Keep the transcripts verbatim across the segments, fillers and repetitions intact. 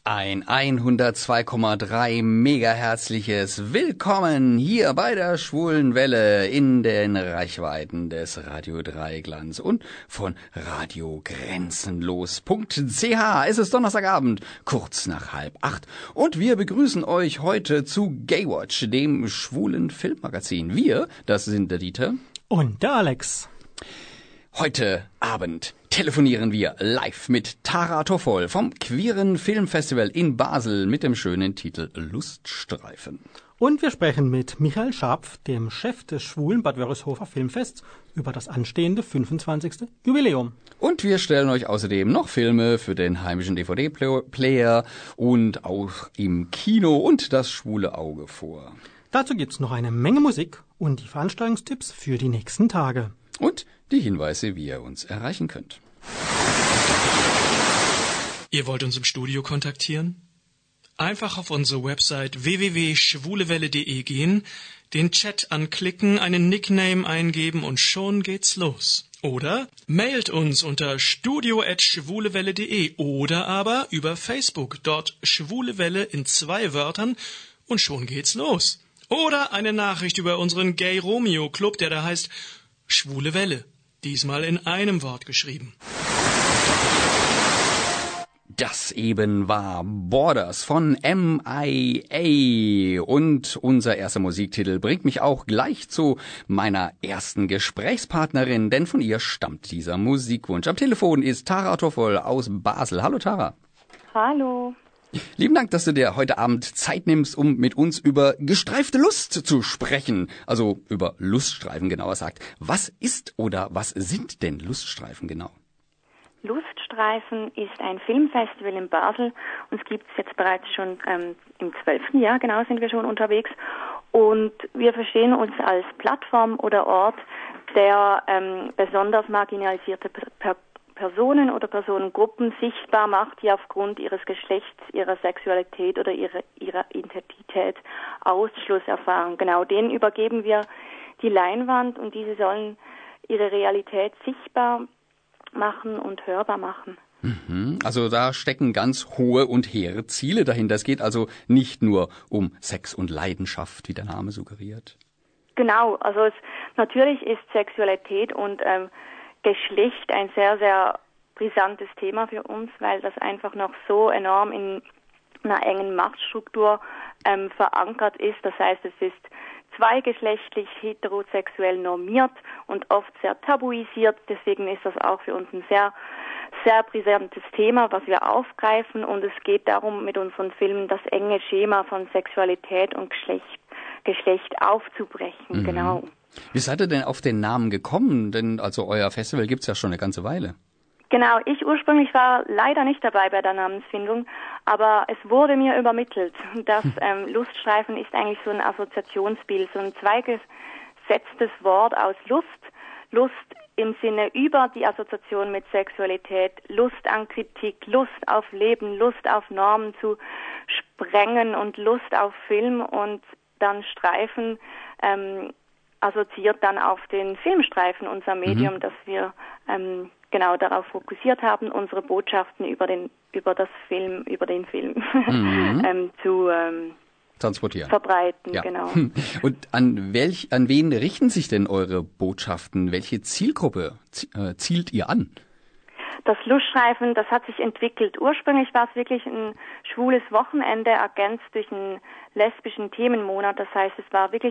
Ein hundertzwei Komma drei mega herzliches Willkommen hier bei der Schwulen Welle in den Reichweiten des Radio Dreiglanz und von Radio Grenzenlos Punkt c h. Es ist Donnerstagabend, kurz nach halb acht und wir begrüßen euch heute zu Gaywatch, dem schwulen Filmmagazin. Wir, das sind der Dieter und der Alex. Heute Abend telefonieren wir live mit Tara Toffol vom Queeren Filmfestival in Basel mit dem schönen Titel Luststreifen. Und wir sprechen mit Michael Scharpf, dem Chef des schwulen Bad Wörishofer Filmfests, über das anstehende fünfundzwanzigste Jubiläum. Und wir stellen euch außerdem noch Filme für den heimischen D V D-Player und auch im Kino und das schwule Auge vor. Dazu gibt's noch eine Menge Musik und die Veranstaltungstipps für die nächsten Tage. Und die Hinweise, wie ihr uns erreichen könnt. Ihr wollt uns im Studio kontaktieren? Einfach auf unsere Website w w w punkt schwulewelle punkt de gehen, den Chat anklicken, einen Nickname eingeben und schon geht's los. Oder mailt uns unter studio at schwulewelle punkt de oder aber über Facebook, dort Schwulewelle in zwei Wörtern und schon geht's los. Oder eine Nachricht über unseren Gay Romeo Club, der da heißt Schwule Welle, diesmal in einem Wort geschrieben. Das eben war Borders von M I A und unser erster Musiktitel bringt mich auch gleich zu meiner ersten Gesprächspartnerin, denn von ihr stammt dieser Musikwunsch. Am Telefon ist Tara Toffol aus Basel. Hallo Tara. Hallo. Lieben Dank, dass du dir heute Abend Zeit nimmst, um mit uns über gestreifte Lust zu sprechen. Also über Luststreifen genauer gesagt. Was ist oder was sind denn Luststreifen genau? Luststreifen ist ein Filmfestival in Basel. Uns gibt es jetzt bereits schon ähm, im zwölften Jahr, genau sind wir schon unterwegs. Und wir verstehen uns als Plattform oder Ort, der ähm, besonders marginalisierte per Personen oder Personengruppen sichtbar macht, die aufgrund ihres Geschlechts, ihrer Sexualität oder ihrer, ihrer Identität Ausschluss erfahren. Genau denen übergeben wir die Leinwand und diese sollen ihre Realität sichtbar machen und hörbar machen. Mhm. Also da stecken ganz hohe und hehre Ziele dahinter. Es geht also nicht nur um Sex und Leidenschaft, wie der Name suggeriert. Genau, also es, natürlich ist Sexualität und ähm, Geschlecht ein sehr, sehr brisantes Thema für uns, weil das einfach noch so enorm in einer engen Machtstruktur ähm, verankert ist. Das heißt, es ist zweigeschlechtlich, heterosexuell normiert und oft sehr tabuisiert. Deswegen ist das auch für uns ein sehr, sehr brisantes Thema, was wir aufgreifen. Und es geht darum, mit unseren Filmen das enge Schema von Sexualität und Geschlecht, Geschlecht aufzubrechen. Mhm. Genau. Wie seid ihr denn auf den Namen gekommen? Denn also euer Festival gibt's ja schon eine ganze Weile. Genau, ich ursprünglich war leider nicht dabei bei der Namensfindung, aber es wurde mir übermittelt, dass ähm, Luststreifen ist eigentlich so ein Assoziationsbild, so ein zweigesetztes Wort aus Lust. Lust im Sinne über die Assoziation mit Sexualität, Lust an Kritik, Lust auf Leben, Lust auf Normen zu sprengen und Lust auf Film und dann Streifen, ähm, assoziiert dann auf den Filmstreifen, unser Medium, mhm. dass wir ähm, genau darauf fokussiert haben, unsere Botschaften über den über das Film, über den Film mhm. ähm, zu ähm, transportieren, verbreiten. Ja. Genau. Und an welch an wen richten sich denn eure Botschaften? Welche Zielgruppe äh, zielt ihr an? Das Luststreifen, das hat sich entwickelt. Ursprünglich war es wirklich ein schwules Wochenende, ergänzt durch einen lesbischen Themenmonat. Das heißt, es war wirklich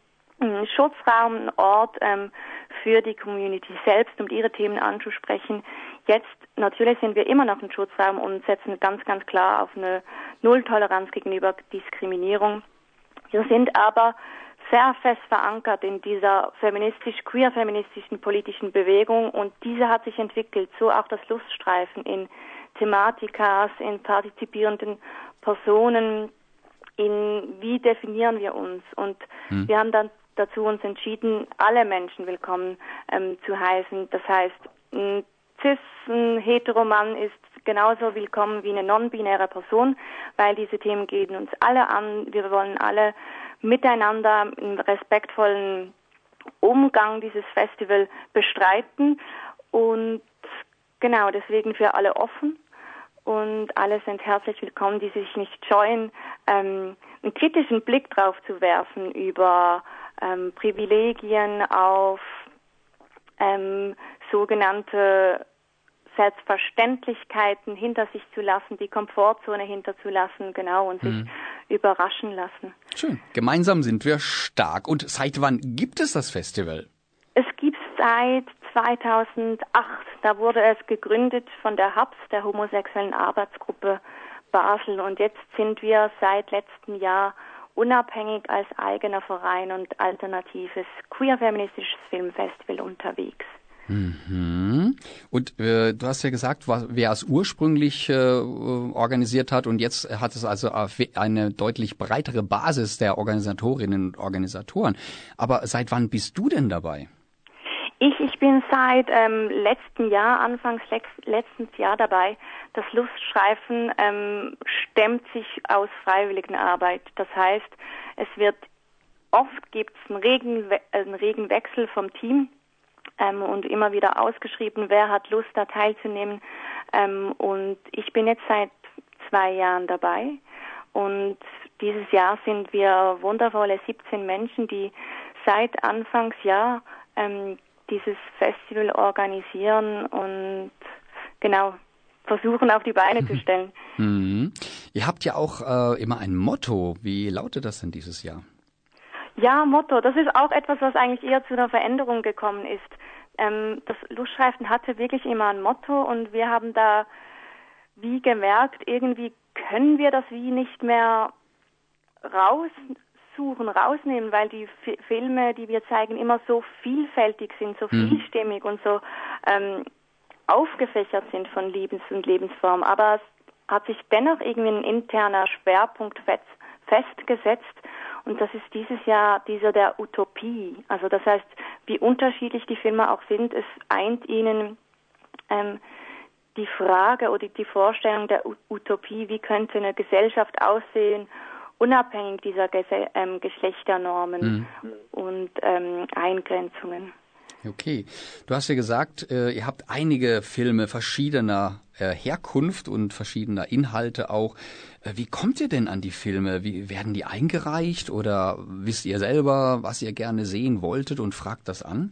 ein Schutzraum, ein Ort ähm, für die Community selbst, um ihre Themen anzusprechen. Jetzt natürlich sind wir immer noch ein Schutzraum und setzen ganz, ganz klar auf eine Nulltoleranz gegenüber Diskriminierung. Wir sind aber sehr fest verankert in dieser feministisch, queer-feministischen politischen Bewegung und diese hat sich entwickelt, so auch das Luststreifen in Thematikas, in partizipierenden Personen, in wie definieren wir uns und hm. wir haben dann dazu uns entschieden, alle Menschen willkommen ähm, zu heißen. Das heißt, ein cis, ein Heteromann ist genauso willkommen wie eine non-binäre Person, weil diese Themen gehen uns alle an. Wir wollen alle miteinander im respektvollen Umgang dieses Festival bestreiten und genau deswegen für alle offen und alle sind herzlich willkommen, die sich nicht scheuen, ähm, einen kritischen Blick drauf zu werfen über ähm, Privilegien auf ähm, sogenannte Selbstverständlichkeiten hinter sich zu lassen, die Komfortzone hinterzulassen, genau, und sich mhm. überraschen lassen. Schön. Gemeinsam sind wir stark. Und seit wann gibt es das Festival? Es gibt es seit zweitausendacht. Da wurde es gegründet von der H A B S, der Homosexuellen Arbeitsgruppe Basel. Und jetzt sind wir seit letztem Jahr unabhängig als eigener Verein und alternatives queer-feministisches Filmfestival unterwegs. Mhm. Und äh, du hast ja gesagt, was, wer es ursprünglich äh, organisiert hat, und jetzt hat es also eine deutlich breitere Basis der Organisatorinnen und Organisatoren. Aber seit wann bist du denn dabei? Ich, ich bin seit ähm, letzten Jahr, Anfangs lex, letzten Jahr dabei. Das Luststreifen ähm, stemmt sich aus Freiwilligenarbeit. Das heißt, es wird oft gibt es einen regen, einen regen Wechsel vom Team. Ähm, und immer wieder ausgeschrieben, wer hat Lust, da teilzunehmen. Ähm, und ich bin jetzt seit zwei Jahren dabei. Und dieses Jahr sind wir wundervolle siebzehn Menschen, die seit Anfangsjahr ähm, dieses Festival organisieren und genau versuchen, auf die Beine zu stellen. Mhm. Ihr habt ja auch äh, immer ein Motto. Wie lautet das denn dieses Jahr? Ja, Motto. Das ist auch etwas, was eigentlich eher zu einer Veränderung gekommen ist. Ähm, das Luststreifen hatte wirklich immer ein Motto und wir haben da wie gemerkt, irgendwie können wir das wie nicht mehr raussuchen, rausnehmen, weil die F- Filme, die wir zeigen, immer so vielfältig sind, so Mhm. vielstimmig und so ähm, aufgefächert sind von Lebens- und Lebensform. Aber es hat sich dennoch irgendwie ein interner Schwerpunkt fest, festgesetzt. Und das ist dieses Jahr dieser der Utopie. Also das heißt, wie unterschiedlich die Filme auch sind, es eint ihnen ähm, die Frage oder die Vorstellung der U- Utopie, wie könnte eine Gesellschaft aussehen, unabhängig dieser Gese- ähm, Geschlechternormen mhm. und ähm, Eingrenzungen. Okay. Du hast ja gesagt, äh, ihr habt einige Filme verschiedener äh, Herkunft und verschiedener Inhalte auch. Äh, wie kommt ihr denn an die Filme? Wie werden die eingereicht oder wisst ihr selber, was ihr gerne sehen wolltet und fragt das an?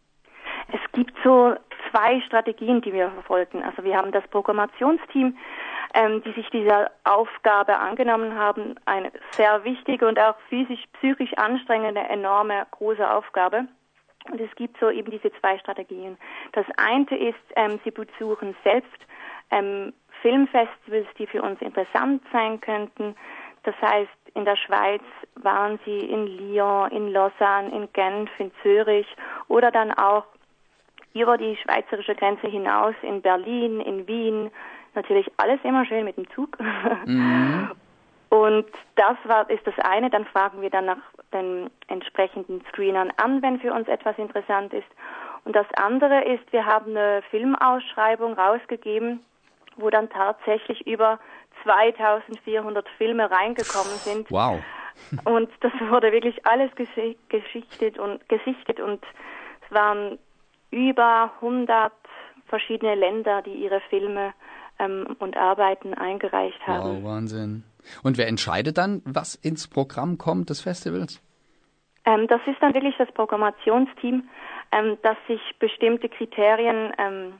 Es gibt so zwei Strategien, die wir verfolgen. Also wir haben das Programmationsteam, ähm, die sich dieser Aufgabe angenommen haben. Eine sehr wichtige und auch physisch, psychisch anstrengende, enorme, große Aufgabe. Und es gibt so eben diese zwei Strategien. Das eine ist, ähm, sie besuchen selbst ähm, Filmfestivals, die für uns interessant sein könnten. Das heißt, in der Schweiz waren sie in Lyon, in Lausanne, in Genf, in Zürich oder dann auch über die schweizerische Grenze hinaus in Berlin, in Wien. Natürlich alles immer schön mit dem Zug. Mhm. Und das war, ist das eine. Dann fragen wir dann nach den entsprechenden Screenern an, wenn für uns etwas interessant ist. Und das andere ist, wir haben eine Filmausschreibung rausgegeben, wo dann tatsächlich über zweitausendvierhundert Filme reingekommen sind. Wow. Und das wurde wirklich alles gesi- geschichtet und gesichtet und es waren über hundert verschiedene Länder, die ihre Filme ähm, und Arbeiten eingereicht haben. Wow, Wahnsinn. Und wer entscheidet dann, was ins Programm kommt des Festivals? Ähm, das ist dann wirklich das Programmationsteam, ähm, das sich bestimmte Kriterien ähm,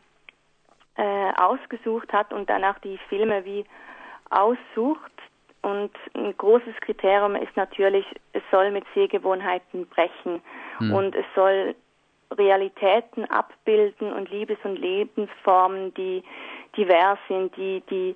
äh, ausgesucht hat und danach die Filme wie aussucht. Und ein großes Kriterium ist natürlich, es soll mit Sehgewohnheiten brechen hm. und es soll Realitäten abbilden und Liebes- und Lebensformen, die divers sind, die die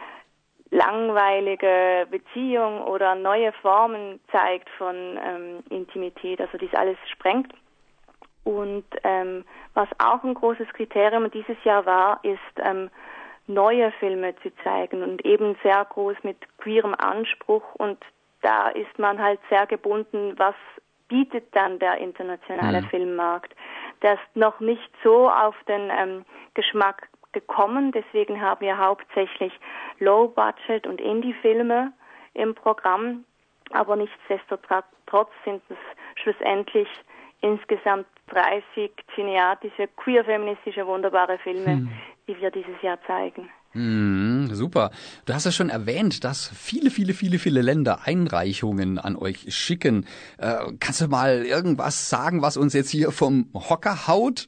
langweilige Beziehung oder neue Formen zeigt von ähm, Intimität, also dies alles sprengt. Und ähm, was auch ein großes Kriterium dieses Jahr war, ist ähm, neue Filme zu zeigen und eben sehr groß mit queerem Anspruch, und da ist man halt sehr gebunden, was bietet dann der internationale mhm. Filmmarkt. Der ist noch nicht so auf den ähm, Geschmack gekommen, deswegen haben wir hauptsächlich Low-Budget- und Indie-Filme im Programm, aber nichtsdestotrotz sind es schlussendlich insgesamt dreißig cineatische, queer-feministische, wunderbare Filme, hm. die wir dieses Jahr zeigen. Hm. Mhm, super. Du hast ja schon erwähnt, dass viele, viele, viele, viele Länder Einreichungen an euch schicken. Äh, kannst du mal irgendwas sagen, was uns jetzt hier vom Hocker haut?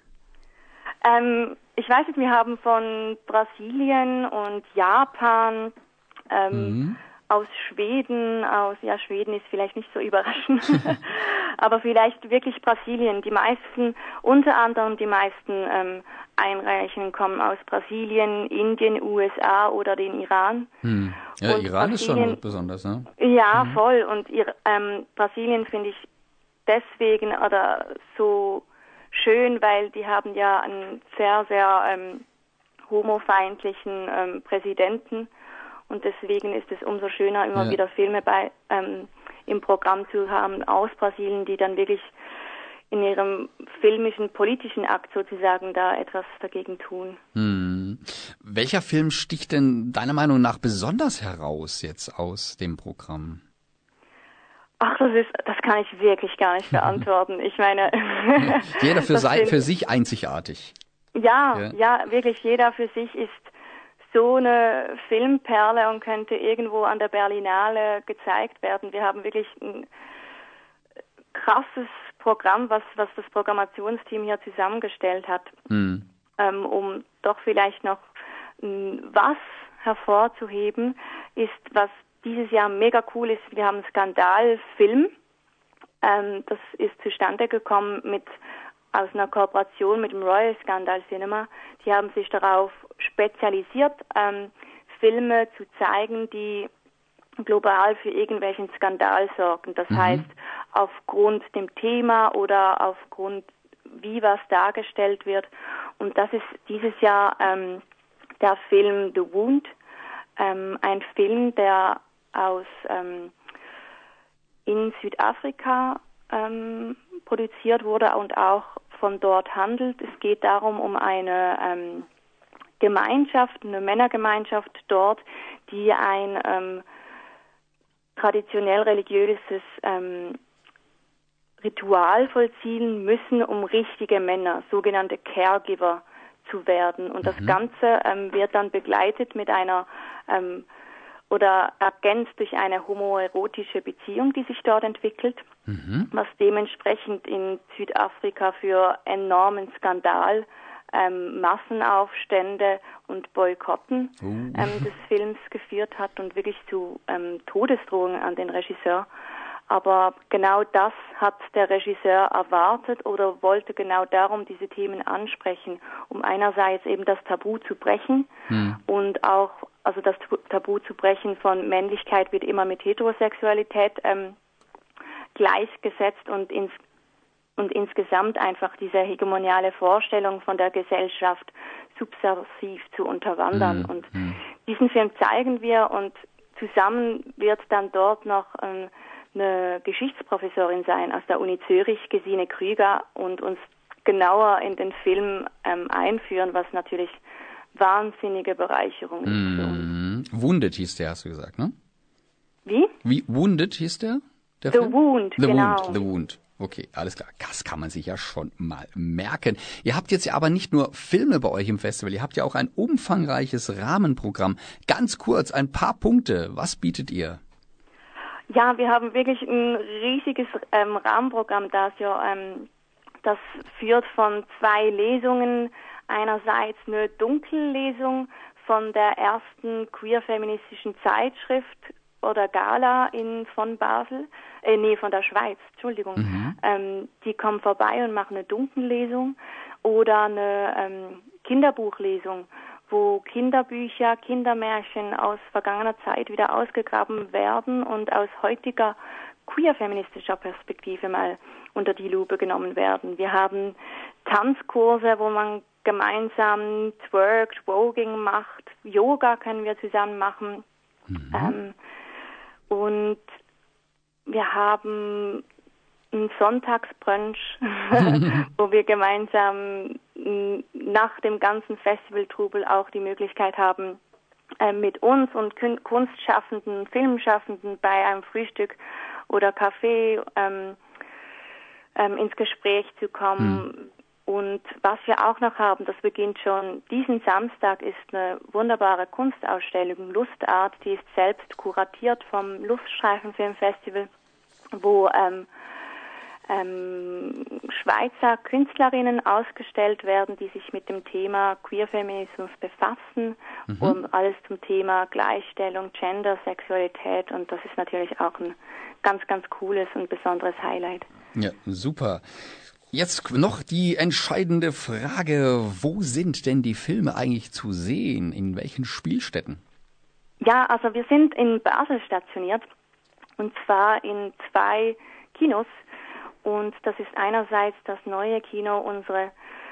Ähm, ich weiß nicht, wir haben von Brasilien und Japan, ähm, Mhm. aus Schweden, aus, ja, Schweden ist vielleicht nicht so überraschend, aber vielleicht wirklich Brasilien. Die meisten, unter anderem die meisten ähm, Einreichungen kommen aus Brasilien, Indien, U S A oder den Iran. Hm. Ja, Und Iran ist schon Brasilien, besonders, ne? ja, mhm. voll. Und ihr, ähm, Brasilien finde ich deswegen oder so schön, weil die haben ja einen sehr, sehr ähm, homofeindlichen ähm, Präsidenten. Und deswegen ist es umso schöner, immer Ja. wieder Filme bei ähm, im Programm zu haben aus Brasilien, die dann wirklich in ihrem filmischen, politischen Akt sozusagen da etwas dagegen tun. Hm. Welcher Film sticht denn deiner Meinung nach besonders heraus jetzt aus dem Programm? Ach, das ist, das kann ich wirklich gar nicht beantworten. Ich meine, jeder für, sei, sind, für sich einzigartig. Ja, ja, ja, wirklich jeder für sich ist so eine Filmperle und könnte irgendwo an der Berlinale gezeigt werden. Wir haben wirklich ein krasses Programm, was, was das Programmationsteam hier zusammengestellt hat, hm. ähm, um doch vielleicht noch m, was hervorzuheben, ist, was dieses Jahr mega cool ist. Wir haben einen Skandalfilm. Ähm, das ist zustande gekommen mit aus einer Kooperation mit dem Royal Scandal Cinema. Die haben sich darauf spezialisiert, ähm, Filme zu zeigen, die global für irgendwelchen Skandal sorgen. Das mhm. heißt, aufgrund dem Thema oder aufgrund, wie was dargestellt wird. Und das ist dieses Jahr ähm, der Film The Wound, ähm, ein Film, der aus ähm, in Südafrika ähm, produziert wurde und auch von dort handelt. Es geht darum, um eine ähm, Gemeinschaft, eine Männergemeinschaft dort, die ein ähm, traditionell religiöses ähm, Ritual vollziehen müssen, um richtige Männer, sogenannte Caregiver, zu werden. Und das mhm. Ganze ähm, wird dann begleitet mit einer ähm, oder ergänzt durch eine homoerotische Beziehung, die sich dort entwickelt, mhm. was dementsprechend in Südafrika für enormen Skandal, ähm, Massenaufstände und Boykotten uh. ähm, des Films geführt hat und wirklich zu ähm, Todesdrohungen an den Regisseur. Aber genau das hat der Regisseur erwartet oder wollte genau darum diese Themen ansprechen, um einerseits eben das Tabu zu brechen hm. und auch, also das Tabu zu brechen von Männlichkeit wird immer mit Heterosexualität ähm, gleichgesetzt und, ins, und insgesamt einfach diese hegemoniale Vorstellung von der Gesellschaft subversiv zu unterwandern. Hm. Und hm. diesen Film zeigen wir und zusammen wird dann dort noch ähm, eine Geschichtsprofessorin sein aus der Uni Zürich, Gesine Krüger, und uns genauer in den Film ähm, einführen, was natürlich wahnsinnige Bereicherung ist mm. für uns. Wounded hieß der, hast du gesagt, ne? Wie? Wie Wounded hieß der? der The Film? Wound, The genau. Wound, The Wound. Okay, alles klar. Das kann man sich ja schon mal merken. Ihr habt jetzt ja aber nicht nur Filme bei euch im Festival, ihr habt ja auch ein umfangreiches Rahmenprogramm. Ganz kurz, ein paar Punkte. Was bietet ihr? Ja, wir haben wirklich ein riesiges ähm, Rahmenprogramm, das ja, ähm, das führt von zwei Lesungen. Einerseits eine Dunkellesung von der ersten queer-feministischen Zeitschrift oder Gala in von Basel, äh, nee, von der Schweiz, Entschuldigung. Mhm. Ähm, die kommen vorbei und machen eine Dunkellesung oder eine ähm, Kinderbuchlesung, wo Kinderbücher, Kindermärchen aus vergangener Zeit wieder ausgegraben werden und aus heutiger queer-feministischer Perspektive mal unter die Lupe genommen werden. Wir haben Tanzkurse, wo man gemeinsam twerkt, Voging macht, Yoga können wir zusammen machen. Mhm. Ähm, und wir haben ein Sonntagsbrunch, wo wir gemeinsam nach dem ganzen Festivaltrubel auch die Möglichkeit haben, äh, mit uns und Kunstschaffenden, Filmschaffenden bei einem Frühstück oder Kaffee ähm, ähm, ins Gespräch zu kommen. Und was wir auch noch haben, das beginnt schon diesen Samstag, ist eine wunderbare Kunstausstellung Lustart, die ist selbst kuratiert vom Luststreifenfilmfestival, wo ähm, ähm, Schweizer Künstlerinnen ausgestellt werden, die sich mit dem Thema Queerfeminismus befassen, mhm. und alles zum Thema Gleichstellung, Gender, Sexualität, und das ist natürlich auch ein ganz, ganz cooles und besonderes Highlight. Ja, super. Jetzt noch die entscheidende Frage, wo sind denn die Filme eigentlich zu sehen? In welchen Spielstätten? Ja, also wir sind in Basel stationiert, und zwar in zwei Kinos, und das ist einerseits das neue Kino, unsere,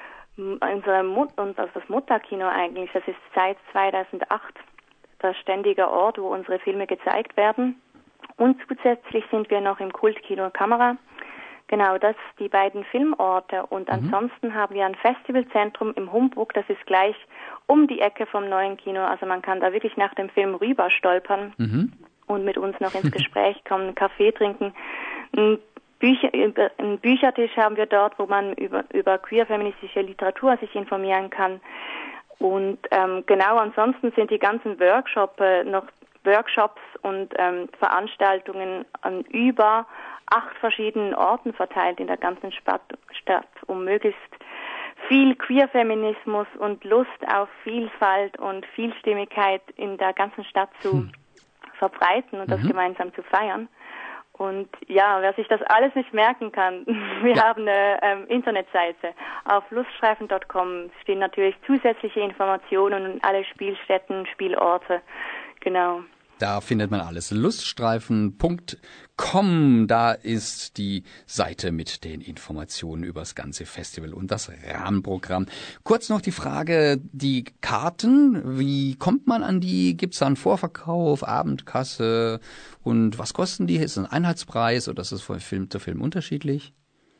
unsere Mut, also das Mutterkino eigentlich, das ist seit zweitausendacht der ständige Ort, wo unsere Filme gezeigt werden, und zusätzlich sind wir noch im Kultkino Kamera. Genau, das die beiden Filmorte, und mhm. ansonsten haben wir ein Festivalzentrum im Humburg, das ist gleich um die Ecke vom neuen Kino, also man kann da wirklich nach dem Film rüber stolpern mhm. und mit uns noch ins Gespräch kommen, einen Kaffee trinken. Ein, Bücher, ein Büchertisch haben wir dort, wo man über, über queer-feministische Literatur sich informieren kann, und ähm, genau, ansonsten sind die ganzen Workshops äh, noch Workshops und ähm, Veranstaltungen an über acht verschiedenen Orten verteilt in der ganzen Stadt, Stadt, um möglichst viel Queerfeminismus und Lust auf Vielfalt und Vielstimmigkeit in der ganzen Stadt zu hm. verbreiten und mhm. das gemeinsam zu feiern. Und ja, wer sich das alles nicht merken kann, wir ja. haben eine ähm, Internetseite. Auf luststreifen Punkt com stehen natürlich zusätzliche Informationen und alle Spielstätten, Spielorte. Genau. Da findet man alles. luststreifen Punkt com, da ist die Seite mit den Informationen über das ganze Festival und das Rahmenprogramm. Kurz noch die Frage, die Karten, wie kommt man an die? Gibt es da einen Vorverkauf, Abendkasse, und was kosten die? Ist es ein Einheitspreis oder ist es von Film zu Film unterschiedlich?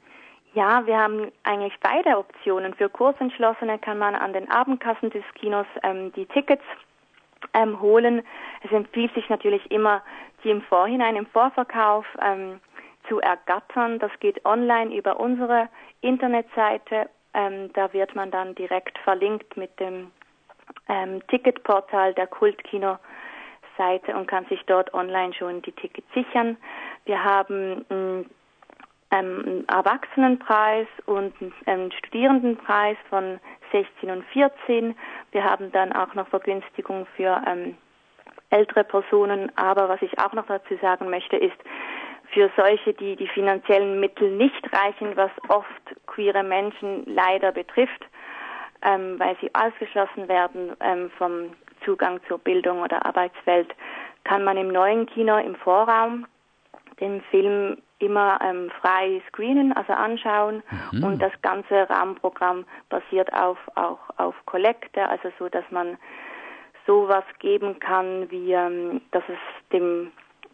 Ja, wir haben eigentlich beide Optionen. Für Kursentschlossene kann man an den Abendkassen des Kinos ähm, die Tickets Ähm, holen. Es empfiehlt sich natürlich immer, die im Vorhinein, im Vorverkauf ähm, zu ergattern. Das geht online über unsere Internetseite. Ähm, da wird man dann direkt verlinkt mit dem ähm, Ticketportal der Kultkino-Seite und kann sich dort online schon die Tickets sichern. Wir haben mh, einen Erwachsenenpreis und einen Studierendenpreis von sechzehn und vierzehn. Wir haben dann auch noch Vergünstigung für ähm, ältere Personen. Aber was ich auch noch dazu sagen möchte, ist, für solche, die die finanziellen Mittel nicht reichen, was oft queere Menschen leider betrifft, ähm, weil sie ausgeschlossen werden ähm, vom Zugang zur Bildung oder Arbeitswelt, kann man im neuen Kino im Vorraum den Film immer ähm, frei screenen, also anschauen, mhm. und das ganze Rahmenprogramm basiert auf auch auf Kollekte, also so, dass man sowas geben kann, wie ähm, dass es dem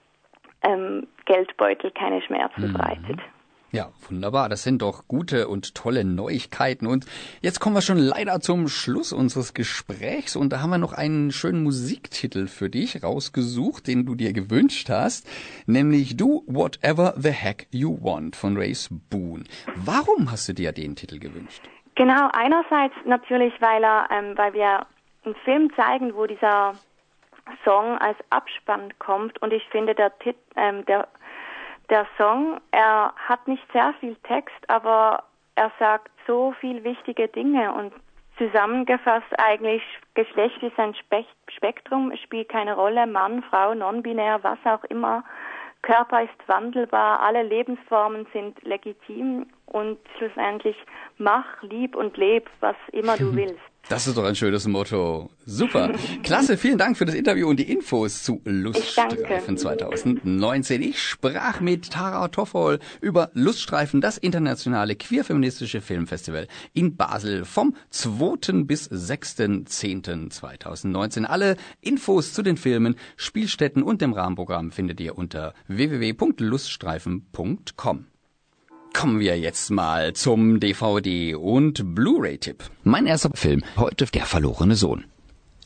ähm, Geldbeutel keine Schmerzen mhm. bereitet. Ja, wunderbar. Das sind doch gute und tolle Neuigkeiten. Und jetzt kommen wir schon leider zum Schluss unseres Gesprächs. Und da haben wir noch einen schönen Musiktitel für dich rausgesucht, den du dir gewünscht hast. Nämlich Do Whatever the Heck You Want von Race Boone. Warum hast du dir den Titel gewünscht? Genau, einerseits natürlich, weil er, ähm, weil wir einen Film zeigen, wo dieser Song als Abspann kommt. Und ich finde, der Titel, ähm, der Der Song, er hat nicht sehr viel Text, aber er sagt so viel wichtige Dinge, und zusammengefasst eigentlich, Geschlecht ist ein Spektrum, es spielt keine Rolle, Mann, Frau, non-binär, was auch immer. Körper ist wandelbar, alle Lebensformen sind legitim, und schlussendlich mach, lieb und leb, was immer du willst. Das ist doch ein schönes Motto. Super. Klasse, vielen Dank für das Interview und die Infos zu Luststreifen zwanzig neunzehn. Ich sprach mit Tara Toffol über Luststreifen, das internationale queer-feministische Filmfestival in Basel vom zweiten bis sechsten zehnten zweitausendneunzehn. Alle Infos zu den Filmen, Spielstätten und dem Rahmenprogramm findet ihr unter w w w punkt luststreifen punkt com. Kommen wir jetzt mal zum D V D- und Blu-ray-Tipp. Mein erster Film, heute Der verlorene Sohn.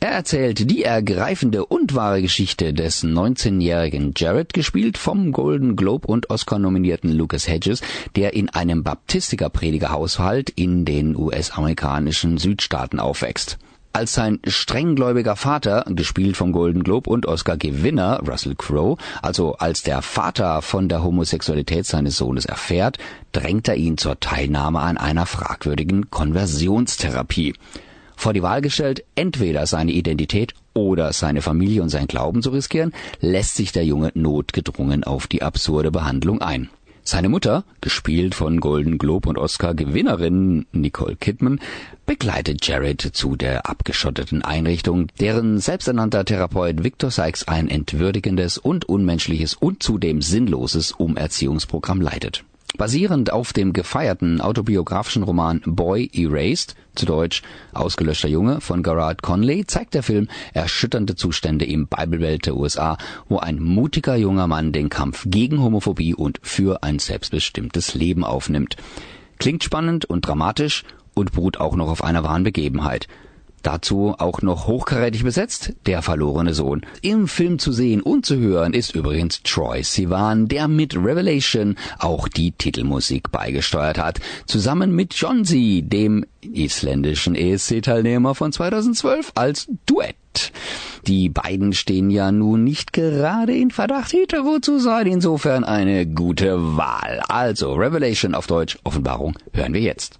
Er erzählt die ergreifende und wahre Geschichte des neunzehnjährigen Jared, gespielt vom Golden Globe und Oscar nominierten Lucas Hedges, der in einem Baptistiker-Predigerhaushalt in den U S-amerikanischen Südstaaten aufwächst. Als sein strenggläubiger Vater, gespielt vom Golden Globe und Oscar-Gewinner Russell Crowe, also als der Vater von der Homosexualität seines Sohnes erfährt, drängt er ihn zur Teilnahme an einer fragwürdigen Konversionstherapie. Vor die Wahl gestellt, entweder seine Identität oder seine Familie und sein Glauben zu riskieren, lässt sich der Junge notgedrungen auf die absurde Behandlung ein. Seine Mutter, gespielt von Golden Globe und Oscar-Gewinnerin Nicole Kidman, begleitet Jared zu der abgeschotteten Einrichtung, deren selbsternannter Therapeut Victor Sykes ein entwürdigendes und unmenschliches und zudem sinnloses Umerziehungsprogramm leitet. Basierend auf dem gefeierten autobiografischen Roman Boy Erased, zu Deutsch Ausgelöschter Junge von Gerard Conley, zeigt der Film erschütternde Zustände im Bibelbelt der U S A, wo ein mutiger junger Mann den Kampf gegen Homophobie und für ein selbstbestimmtes Leben aufnimmt. Klingt spannend und dramatisch und beruht auch noch auf einer wahren Begebenheit. Dazu auch noch hochkarätig besetzt, der verlorene Sohn. Im Film zu sehen und zu hören ist übrigens Troye Sivan, der mit Revelation auch die Titelmusik beigesteuert hat, zusammen mit Jónsi, dem isländischen E S C-Teilnehmer von zweitausendzwölf, als Duett. Die beiden stehen ja nun nicht gerade in Verdacht, hetero zu sein, insofern eine gute Wahl. Also Revelation auf Deutsch, Offenbarung, hören wir jetzt.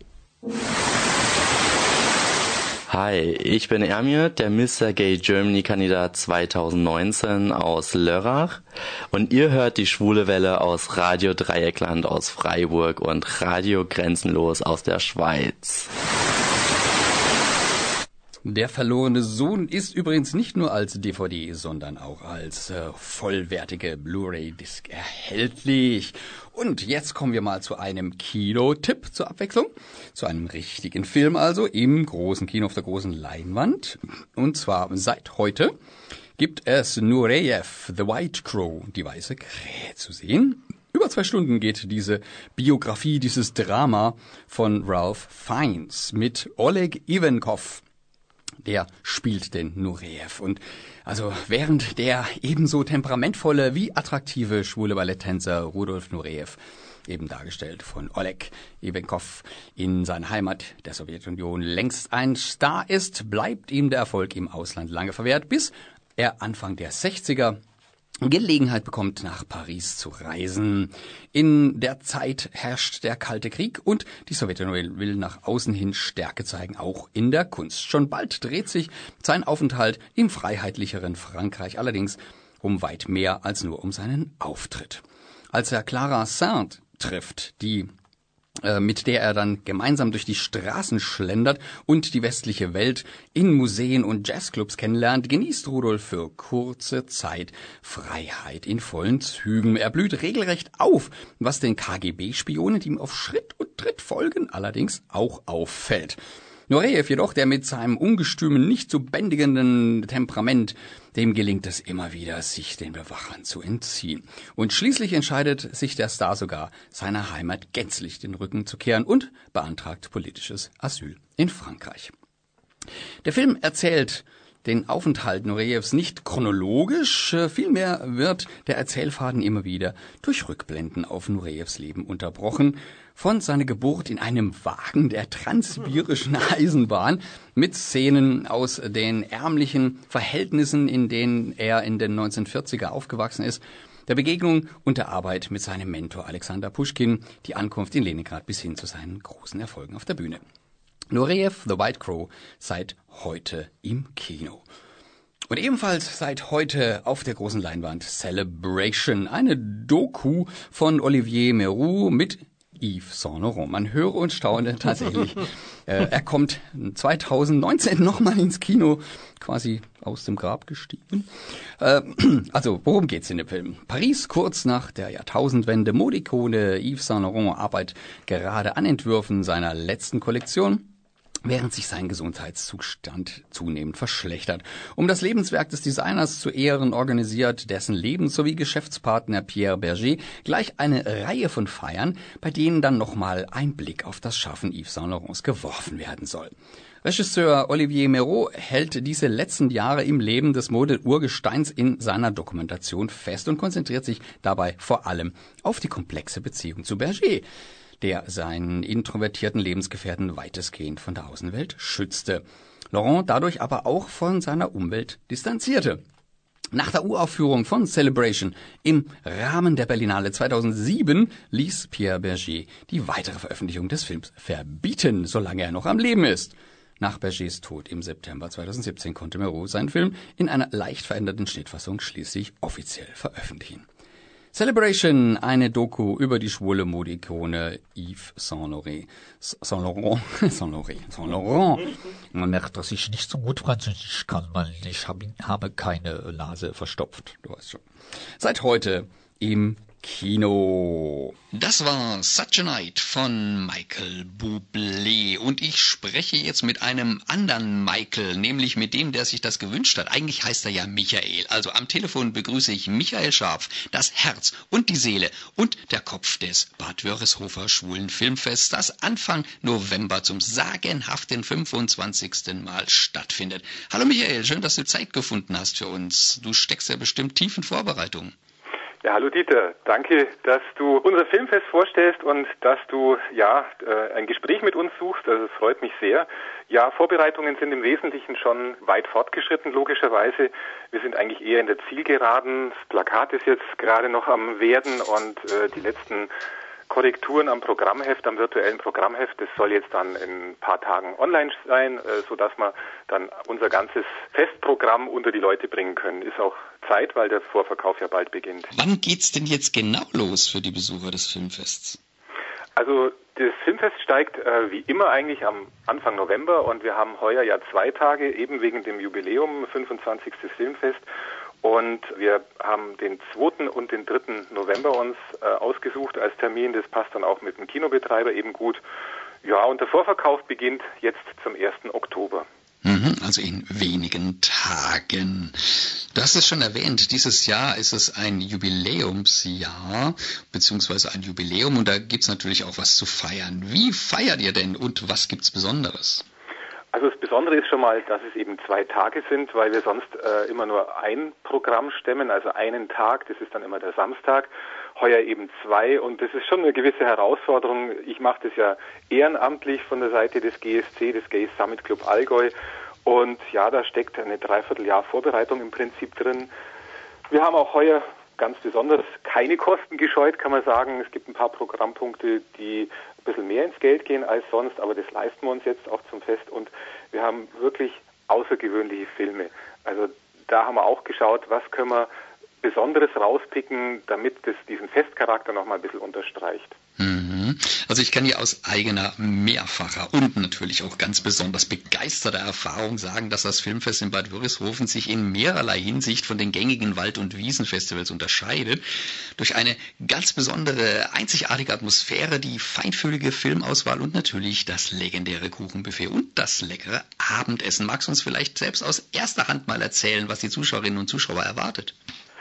Hi, ich bin Ermir, der Mister Gay Germany Kandidat zweitausendneunzehn aus Lörrach und ihr hört die Schwule Welle aus Radio Dreieckland aus Freiburg und Radio Grenzenlos aus der Schweiz. Der verlorene Sohn ist übrigens nicht nur als D V D, sondern auch als äh, vollwertige Blu-ray-Disc erhältlich. Und jetzt kommen wir mal zu einem Kinotipp zur Abwechslung. Zu einem richtigen Film also, im großen Kino auf der großen Leinwand. Und zwar seit heute gibt es Nureyev, The White Crow, die weiße Krähe zu sehen. Über zwei Stunden geht diese Biografie, dieses Drama von Ralph Fiennes mit Oleg Ivankov. Der spielt den Nureyev. Und also während der ebenso temperamentvolle wie attraktive schwule Balletttänzer Rudolf Nureyev, eben dargestellt von Oleg Ivankov, in seiner Heimat der Sowjetunion längst ein Star ist, bleibt ihm der Erfolg im Ausland lange verwehrt, bis er Anfang der sechziger Gelegenheit bekommt, nach Paris zu reisen. In der Zeit herrscht der Kalte Krieg und die Sowjetunion will nach außen hin Stärke zeigen, auch in der Kunst. Schon bald dreht sich sein Aufenthalt im freiheitlicheren Frankreich allerdings um weit mehr als nur um seinen Auftritt. Als er Clara Saint trifft, die mit der er dann gemeinsam durch die Straßen schlendert und die westliche Welt in Museen und Jazzclubs kennenlernt, genießt Rudolf für kurze Zeit Freiheit in vollen Zügen. Er blüht regelrecht auf, was den K G B-Spionen, die ihm auf Schritt und Tritt folgen, allerdings auch auffällt. Nureyev jedoch, der mit seinem ungestümen, nicht zu bändigenden Temperament, dem gelingt es immer wieder, sich den Bewachern zu entziehen. Und schließlich entscheidet sich der Star sogar, seiner Heimat gänzlich den Rücken zu kehren und beantragt politisches Asyl in Frankreich. Der Film erzählt den Aufenthalt Nureyevs nicht chronologisch, vielmehr wird der Erzählfaden immer wieder durch Rückblenden auf Nureyevs Leben unterbrochen, von seiner Geburt in einem Wagen der transsibirischen Eisenbahn mit Szenen aus den ärmlichen Verhältnissen, in denen er in den neunzehnhundertvierziger aufgewachsen ist, der Begegnung und der Arbeit mit seinem Mentor Alexander Puschkin, die Ankunft in Leningrad bis hin zu seinen großen Erfolgen auf der Bühne. Nureyev, The White Crow, seit heute im Kino. Und ebenfalls seit heute auf der großen Leinwand Celebration, eine Doku von Olivier Meroux mit Yves Saint Laurent. Man höre und staune tatsächlich. äh, er kommt zweitausendneunzehn nochmal ins Kino, quasi aus dem Grab gestiegen. Äh, also, worum geht's in dem Film? Paris, kurz nach der Jahrtausendwende. Modeikone Yves Saint Laurent arbeitet gerade an Entwürfen seiner letzten Kollektion, während sich sein Gesundheitszustand zunehmend verschlechtert. Um das Lebenswerk des Designers zu ehren, organisiert dessen Lebens- sowie Geschäftspartner Pierre Berger gleich eine Reihe von Feiern, bei denen dann nochmal ein Blick auf das Schaffen Yves Saint Laurents geworfen werden soll. Regisseur Olivier Meyraud hält diese letzten Jahre im Leben des Mode-Urgesteins in seiner Dokumentation fest und konzentriert sich dabei vor allem auf die komplexe Beziehung zu Berger, der seinen introvertierten Lebensgefährten weitestgehend von der Außenwelt schützte, Laurent dadurch aber auch von seiner Umwelt distanzierte. Nach der Uraufführung von Celebration im Rahmen der Berlinale zweitausendsieben ließ Pierre Berger die weitere Veröffentlichung des Films verbieten, solange er noch am Leben ist. Nach Bergers Tod im September zweitausendsiebzehn konnte Meyraud seinen Film in einer leicht veränderten Schnittfassung schließlich offiziell veröffentlichen. Celebration, eine Doku über die schwule Modeikone Yves Saint Laurent. Saint Laurent, Saint Laurent, Saint Laurent. Man merkt, dass ich nicht so gut Französisch kann, weil ich hab, habe keine Nase verstopft. Du weißt schon. Seit heute im Kino. Das war Such a Night von Michael Bublé. Und ich spreche jetzt mit einem anderen Michael, nämlich mit dem, der sich das gewünscht hat. Eigentlich heißt er ja Michael. Also am Telefon begrüße ich Michael Scharf, das Herz und die Seele und der Kopf des Bad Wörishofer Schwulen Filmfests, das Anfang November zum sagenhaften fünfundzwanzigsten Mal stattfindet. Hallo Michael, schön, dass du Zeit gefunden hast für uns. Du steckst ja bestimmt tief in Vorbereitung. Ja, hallo Dieter. Danke, dass du unser Filmfest vorstellst und dass du ja ein Gespräch mit uns suchst. Also es freut mich sehr. Ja, Vorbereitungen sind im Wesentlichen schon weit fortgeschritten, logischerweise. Wir sind eigentlich eher in der Zielgeraden. Das Plakat ist jetzt gerade noch am Werden und äh, die letzten Korrekturen am Programmheft, am virtuellen Programmheft, das soll jetzt dann in ein paar Tagen online sein, sodass wir dann unser ganzes Festprogramm unter die Leute bringen können. Ist auch Zeit, weil der Vorverkauf ja bald beginnt. Wann geht's denn jetzt genau los für die Besucher des Filmfests? Also das Filmfest steigt äh, wie immer eigentlich am Anfang November und wir haben heuer ja zwei Tage, eben wegen dem Jubiläum, fünfundzwanzigsten Filmfest. Und wir haben den zweiten und den dritten November uns äh, ausgesucht als Termin. Das passt dann auch mit dem Kinobetreiber eben gut. Ja, und der Vorverkauf beginnt jetzt zum ersten Oktober. Mhm, also in wenigen Tagen. Du hast es schon erwähnt, dieses Jahr ist es ein Jubiläumsjahr, beziehungsweise ein Jubiläum. Und da gibt's natürlich auch was zu feiern. Wie feiert ihr denn und was gibt's Besonderes? Also das Besondere ist schon mal, dass es eben zwei Tage sind, weil wir sonst äh, immer nur ein Programm stemmen, also einen Tag, das ist dann immer der Samstag, heuer eben zwei und das ist schon eine gewisse Herausforderung. Ich mache das ja ehrenamtlich von der Seite des G S C, des Gay Summit Club Allgäu und ja, da steckt eine Dreivierteljahr Vorbereitung im Prinzip drin. Wir haben auch heuer ganz besonders keine Kosten gescheut, kann man sagen. Es gibt ein paar Programmpunkte, die ein bisschen mehr ins Geld gehen als sonst, aber das leisten wir uns jetzt auch zum Fest und wir haben wirklich außergewöhnliche Filme. Also da haben wir auch geschaut, was können wir Besonderes rauspicken, damit das diesen Festcharakter nochmal ein bisschen unterstreicht. Mhm. Also ich kann hier aus eigener, mehrfacher und natürlich auch ganz besonders begeisterter Erfahrung sagen, dass das Filmfest in Bad Wörishofen sich in mehrerlei Hinsicht von den gängigen Wald- und Wiesenfestivals unterscheidet. Durch eine ganz besondere, einzigartige Atmosphäre, die feinfühlige Filmauswahl und natürlich das legendäre Kuchenbuffet und das leckere Abendessen. Magst du uns vielleicht selbst aus erster Hand mal erzählen, was die Zuschauerinnen und Zuschauer erwartet?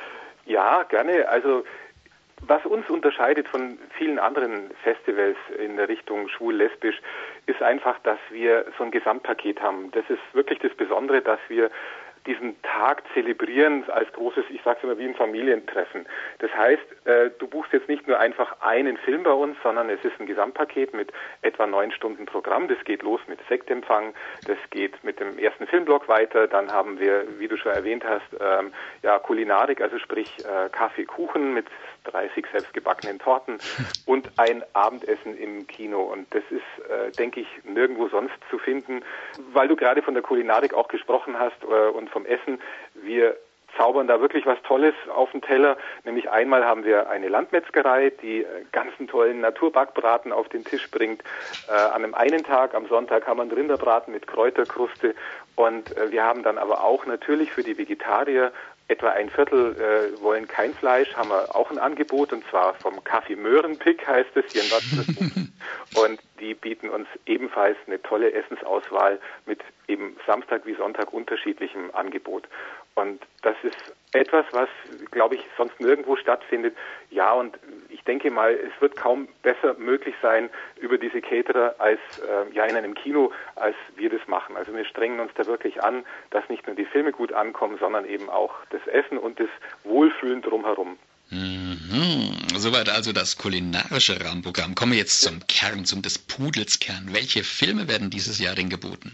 Ja, gerne. Also was uns unterscheidet von vielen anderen Festivals in der Richtung schwul-lesbisch, ist einfach, dass wir so ein Gesamtpaket haben. Das ist wirklich das Besondere, dass wir diesen Tag zelebrieren als großes, ich sage es immer, wie ein Familientreffen. Das heißt, äh, du buchst jetzt nicht nur einfach einen Film bei uns, sondern es ist ein Gesamtpaket mit etwa neun Stunden Programm. Das geht los mit Sektempfang, das geht mit dem ersten Filmblock weiter. Dann haben wir, wie du schon erwähnt hast, ähm, ja Kulinarik, also sprich äh, Kaffee, Kuchen mit dreißig selbstgebackenen Torten und ein Abendessen im Kino. Und das ist, äh, denke ich, nirgendwo sonst zu finden, weil du gerade von der Kulinarik auch gesprochen hast äh, und vom Essen. Wir zaubern da wirklich was Tolles auf den Teller. Nämlich einmal haben wir eine Landmetzgerei, die ganzen tollen Naturbackbraten auf den Tisch bringt. Äh, an einem einen Tag, am Sonntag, haben wir einen Rinderbraten mit Kräuterkruste. Und äh, wir haben dann aber auch natürlich für die Vegetarier etwa ein Viertel äh, wollen kein Fleisch, haben wir auch ein Angebot, und zwar vom Kaffee Möhrenpick heißt es hier in Bad Wörishofen. Und die bieten uns ebenfalls eine tolle Essensauswahl mit eben Samstag wie Sonntag unterschiedlichem Angebot. Und das ist etwas, was, glaube ich, sonst nirgendwo stattfindet. Ja, und ich ich denke mal, es wird kaum besser möglich sein über diese Caterer als äh, ja in einem Kino, als wir das machen. Also wir strengen uns da wirklich an, dass nicht nur die Filme gut ankommen, sondern eben auch das Essen und das Wohlfühlen drumherum. Mhm. Soweit also das kulinarische Rahmenprogramm. Kommen wir jetzt zum Kern, zum des Pudels Kern. Welche Filme werden dieses Jahr denn geboten?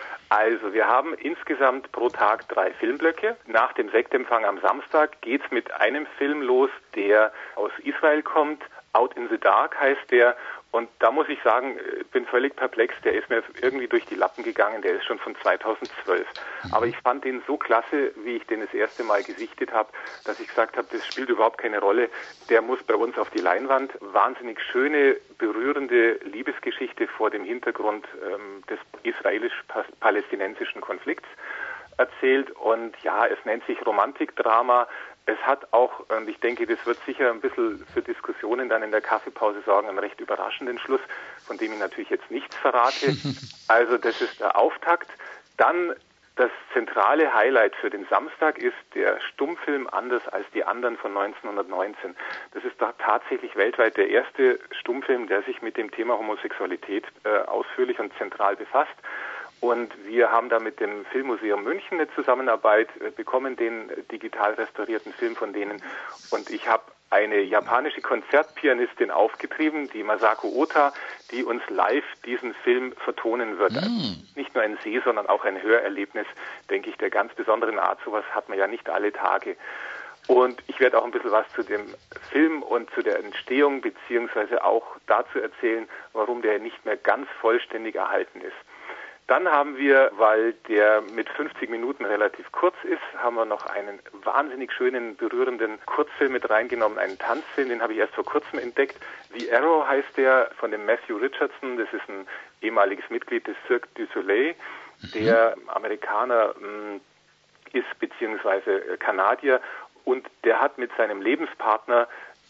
Also wir haben insgesamt pro Tag drei Filmblöcke. Nach dem Sektempfang am Samstag geht's mit einem Film los, der aus Israel kommt. Out in the Dark heißt der. Und da muss ich sagen, bin völlig perplex. Der ist mir irgendwie durch die Lappen gegangen. Der ist schon von zweitausendzwölf. Mhm. Aber ich fand den so klasse, wie ich den das erste Mal gesichtet habe, dass ich gesagt habe, das spielt überhaupt keine Rolle. Der muss bei uns auf die Leinwand. Wahnsinnig schöne, berührende Liebesgeschichte vor dem Hintergrund ähm, des israelisch-palästinensischen Konflikts erzählt. Und ja, es nennt sich Romantikdrama. Es hat auch, und ich denke, das wird sicher ein bisschen für Diskussionen dann in der Kaffeepause sorgen, einen recht überraschenden Schluss, von dem ich natürlich jetzt nichts verrate. Also das ist der Auftakt. Dann das zentrale Highlight für den Samstag ist der Stummfilm Anders als die anderen von neunzehnhundertneunzehn. Das ist da tatsächlich weltweit der erste Stummfilm, der sich mit dem Thema Homosexualität äh, ausführlich und zentral befasst. Und wir haben da mit dem Filmmuseum München eine Zusammenarbeit, bekommen den digital restaurierten Film von denen. Und ich habe eine japanische Konzertpianistin aufgetrieben, die Masako Ota, die uns live diesen Film vertonen wird. Also nicht nur ein Seh-, sondern auch ein Hörerlebnis, denke ich, der ganz besonderen Art. Sowas hat man ja nicht alle Tage. Und ich werde auch ein bisschen was zu dem Film und zu der Entstehung beziehungsweise auch dazu erzählen, warum der nicht mehr ganz vollständig erhalten ist. Dann haben wir, weil der mit fünfzig Minuten relativ kurz ist, haben wir noch einen wahnsinnig schönen, berührenden Kurzfilm mit reingenommen, einen Tanzfilm, den habe ich erst vor kurzem entdeckt. The Arrow heißt der, von dem Matthew Richardson, das ist ein ehemaliges Mitglied des Cirque du Soleil, der Amerikaner mh, ist, beziehungsweise Kanadier, und der hat mit seinem Lebenspartner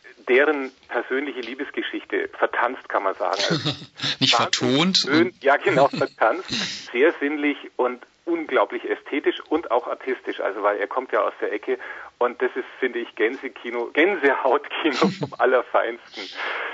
deren persönliche Liebesgeschichte vertanzt, kann man sagen. Also nicht vertont? Schön, ja, genau, vertanzt. Sehr sinnlich und unglaublich ästhetisch und auch artistisch. Also, weil er kommt ja aus der Ecke und das ist, finde ich, Gänsekino, Gänsehautkino vom Allerfeinsten.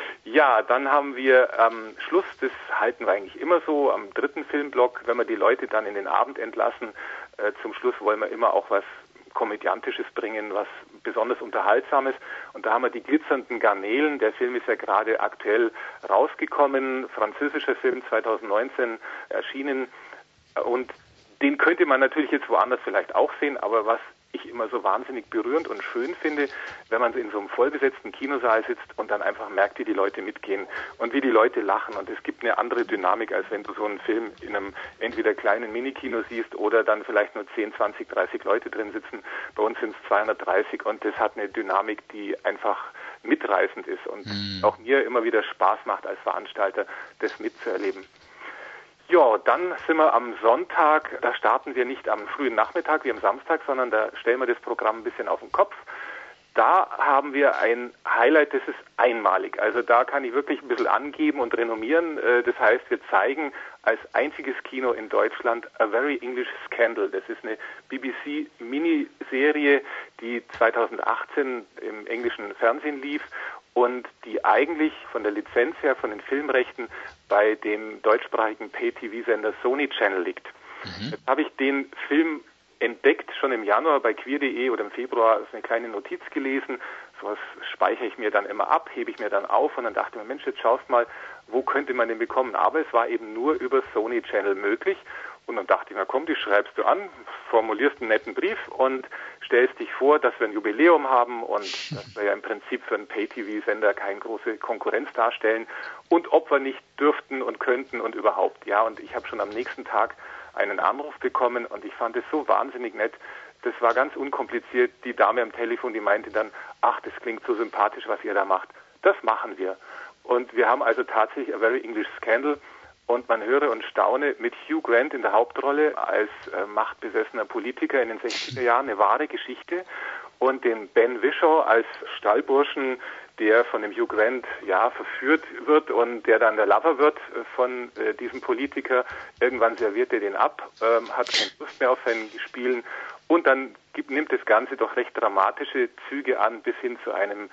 Ja, dann haben wir am ähm, Schluss, das halten wir eigentlich immer so, am dritten Filmblock, wenn wir die Leute dann in den Abend entlassen, äh, zum Schluss wollen wir immer auch was Komödiantisches bringen, was besonders Unterhaltsames. Und da haben wir die glitzernden Garnelen. Der Film ist ja gerade aktuell rausgekommen, französischer Film, zweitausendneunzehn erschienen. Und den könnte man natürlich jetzt woanders vielleicht auch sehen, aber was ich immer so wahnsinnig berührend und schön finde, wenn man in so einem vollbesetzten Kinosaal sitzt und dann einfach merkt, wie die Leute mitgehen und wie die Leute lachen. Und es gibt eine andere Dynamik, als wenn du so einen Film in einem entweder kleinen Minikino siehst oder dann vielleicht nur zehn, zwanzig, dreißig Leute drin sitzen. Bei uns sind es zweihundertdreißig und das hat eine Dynamik, die einfach mitreißend ist und mhm. auch mir immer wieder Spaß macht als Veranstalter, das mitzuerleben. Ja, dann sind wir am Sonntag, da starten wir nicht am frühen Nachmittag wie am Samstag, sondern da stellen wir das Programm ein bisschen auf den Kopf. Da haben wir ein Highlight, das ist einmalig. Also da kann ich wirklich ein bisschen angeben und renommieren. Das heißt, wir zeigen als einziges Kino in Deutschland A Very English Scandal. Das ist eine B B C-Miniserie, die zweitausendachtzehn im englischen Fernsehen lief und die eigentlich von der Lizenz her, von den Filmrechten bei dem deutschsprachigen Pay-T V-Sender Sony Channel liegt. Mhm. Jetzt habe ich den Film entdeckt, schon im Januar bei queer punkt de oder im Februar ist eine kleine Notiz gelesen. Sowas speichere ich mir dann immer ab, hebe ich mir dann auf und dann dachte ich mir, Mensch, jetzt schaust mal, wo könnte man den bekommen? Aber es war eben nur über Sony Channel möglich. Und dann dachte ich mir, komm, die schreibst du an, formulierst einen netten Brief und stellst dich vor, dass wir ein Jubiläum haben und dass wir ja im Prinzip für einen Pay-T V-Sender keine große Konkurrenz darstellen und ob wir nicht dürften und könnten und überhaupt. Ja, und ich habe schon am nächsten Tag einen Anruf bekommen und ich fand es so wahnsinnig nett. Das war ganz unkompliziert. Die Dame am Telefon, die meinte dann, ach, das klingt so sympathisch, was ihr da macht. Das machen wir. Und wir haben also tatsächlich A Very English Scandal. Und man höre und staune mit Hugh Grant in der Hauptrolle als äh, machtbesessener Politiker in den sechziger Jahren, eine wahre Geschichte. Und den Ben Whishaw als Stallburschen, der von dem Hugh Grant ja verführt wird und der dann der Lover wird von äh, diesem Politiker. Irgendwann serviert er den ab, ähm, hat keine Lust mehr auf sein Spielen. Und dann gibt, nimmt das Ganze doch recht dramatische Züge an, bis hin zu einem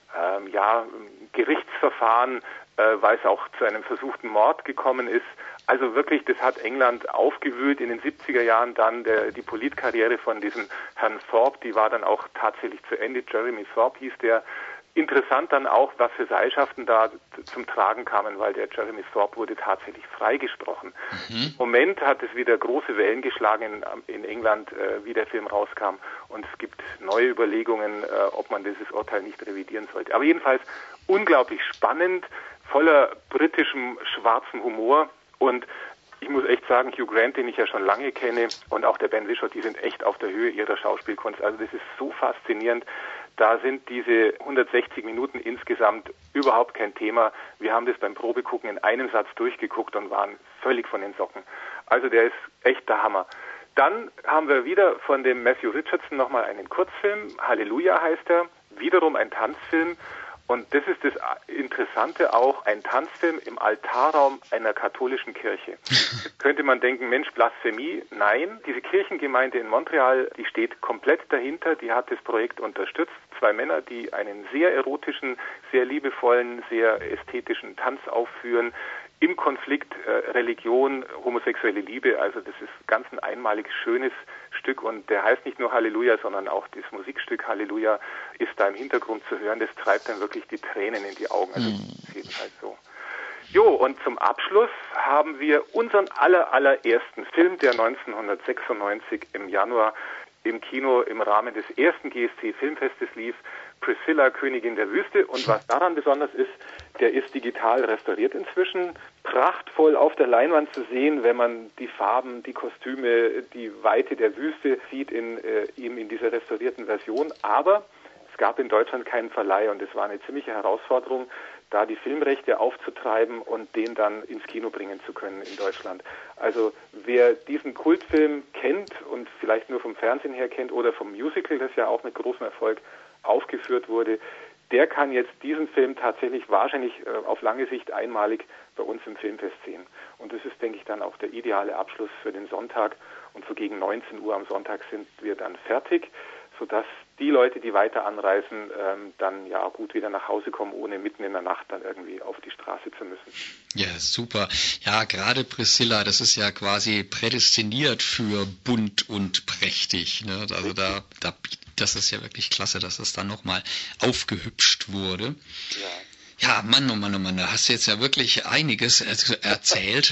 ähm, ja, Gerichtsverfahren, äh, weil es auch zu einem versuchten Mord gekommen ist. Also wirklich, das hat England aufgewühlt in den siebziger Jahren dann. Der, die Politkarriere von diesem Herrn Thorpe, die war dann auch tatsächlich zu Ende. Jeremy Thorpe hieß der. Interessant dann auch, was für Seilschaften da zum Tragen kamen, weil der Jeremy Thorpe wurde tatsächlich freigesprochen. Mhm. Im Moment hat es wieder große Wellen geschlagen in, in England, äh, wie der Film rauskam. Und es gibt neue Überlegungen, äh, ob man dieses Urteil nicht revidieren sollte. Aber jedenfalls unglaublich spannend, voller britischem schwarzem Humor. Und ich muss echt sagen, Hugh Grant, den ich ja schon lange kenne, und auch der Ben Whishaw, die sind echt auf der Höhe ihrer Schauspielkunst. Also das ist so faszinierend. Da sind diese hundertsechzig Minuten insgesamt überhaupt kein Thema. Wir haben das beim Probegucken in einem Satz durchgeguckt und waren völlig von den Socken. Also der ist echt der Hammer. Dann haben wir wieder von dem Matthew Richardson nochmal einen Kurzfilm. Halleluja heißt er. Wiederum ein Tanzfilm. Und das ist das Interessante auch, ein Tanzfilm im Altarraum einer katholischen Kirche. Jetzt könnte man denken, Mensch, Blasphemie. Nein, diese Kirchengemeinde in Montreal, die steht komplett dahinter, die hat das Projekt unterstützt. Zwei Männer, die einen sehr erotischen, sehr liebevollen, sehr ästhetischen Tanz aufführen. Im Konflikt äh, Religion, homosexuelle Liebe, also das ist ganz ein einmalig schönes Stück und der heißt nicht nur Halleluja, sondern auch das Musikstück Halleluja ist da im Hintergrund zu hören, das treibt dann wirklich die Tränen in die Augen, also mm. das ist jedenfalls so. Jo, und zum Abschluss haben wir unseren aller, allerersten Film, der neunzehnhundertsechsundneunzig im Januar im Kino im Rahmen des ersten G S C-Filmfestes lief, Priscilla, Königin der Wüste. Und was daran besonders ist, der ist digital restauriert inzwischen, prachtvoll auf der Leinwand zu sehen, wenn man die Farben, die Kostüme, die Weite der Wüste sieht in, äh, eben in dieser restaurierten Version. Aber es gab in Deutschland keinen Verleih und es war eine ziemliche Herausforderung, da die Filmrechte aufzutreiben und den dann ins Kino bringen zu können in Deutschland. Also wer diesen Kultfilm kennt und vielleicht nur vom Fernsehen her kennt oder vom Musical, das ja auch mit großem Erfolg aufgeführt wurde, der kann jetzt diesen Film tatsächlich wahrscheinlich äh, auf lange Sicht einmalig bei uns im Filmfest sehen. Und das ist, denke ich, dann auch der ideale Abschluss für den Sonntag. Und so gegen neunzehn Uhr am Sonntag sind wir dann fertig, sodass die Leute, die weiter anreisen, ähm, dann ja gut wieder nach Hause kommen, ohne mitten in der Nacht dann irgendwie auf die Straße zu müssen. Ja, super. Ja, gerade Priscilla, das ist ja quasi prädestiniert für bunt und prächtig. Ne? Also da, da, das ist ja wirklich klasse, dass das dann nochmal aufgehübscht wurde. Ja. Ja, Mann, oh Mann, oh Mann, da hast du jetzt ja wirklich einiges erzählt.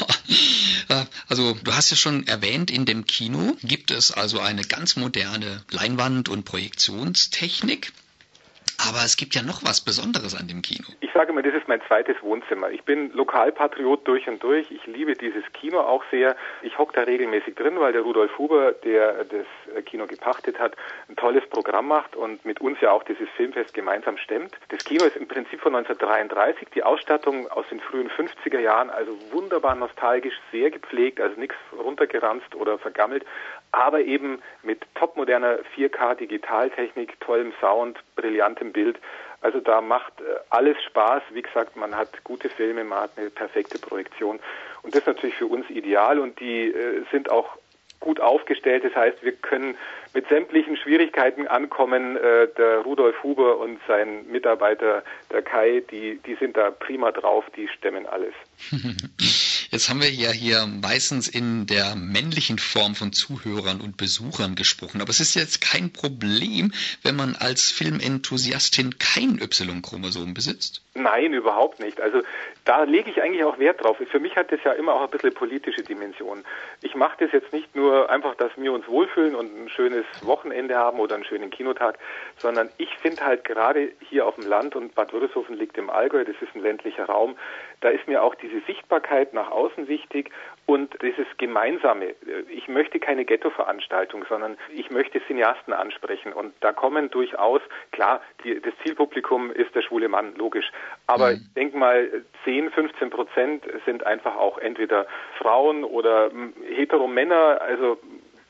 Also, du hast ja schon erwähnt, in dem Kino gibt es also eine ganz moderne Leinwand- und Projektionstechnik. Aber es gibt ja noch was Besonderes an dem Kino. Ich sage mal, das ist mein zweites Wohnzimmer. Ich bin Lokalpatriot durch und durch. Ich liebe dieses Kino auch sehr. Ich hocke da regelmäßig drin, weil der Rudolf Huber, der das Kino gepachtet hat, ein tolles Programm macht und mit uns ja auch dieses Filmfest gemeinsam stemmt. Das Kino ist im Prinzip von neunzehnhundertdreiunddreißig. Die Ausstattung aus den frühen fünfziger Jahren, also wunderbar nostalgisch, sehr gepflegt, also nichts runtergeranzt oder vergammelt, aber eben mit topmoderner vier K-Digitaltechnik, tollem Sound, brillantem Bild. Also da macht alles Spaß. Wie gesagt, man hat gute Filme, man hat eine perfekte Projektion. Und das ist natürlich für uns ideal und die äh, sind auch gut aufgestellt. Das heißt, wir können mit sämtlichen Schwierigkeiten ankommen. Äh, der Rudolf Huber und sein Mitarbeiter, der Kai, die, die sind da prima drauf, die stemmen alles. Jetzt haben wir ja hier meistens in der männlichen Form von Zuhörern und Besuchern gesprochen, aber es ist jetzt kein Problem, wenn man als Filmenthusiastin kein Y-Chromosom besitzt? Nein, überhaupt nicht. Also da lege ich eigentlich auch Wert drauf. Für mich hat das ja immer auch ein bisschen politische Dimension. Ich mache das jetzt nicht nur einfach, dass wir uns wohlfühlen und ein schönes Wochenende haben oder einen schönen Kinotag, sondern ich finde halt gerade hier auf dem Land, und Bad Wörishofen liegt im Allgäu, das ist ein ländlicher Raum, da ist mir auch diese Sichtbarkeit nach außen wichtig und dieses Gemeinsame. Ich möchte keine Ghetto-Veranstaltung, sondern ich möchte Cineasten ansprechen und da kommen durchaus, klar, die, das Zielpublikum ist der schwule Mann, logisch, aber mhm. ich denke mal, zehn, fünfzehn Prozent sind einfach auch entweder Frauen oder hetero Männer, also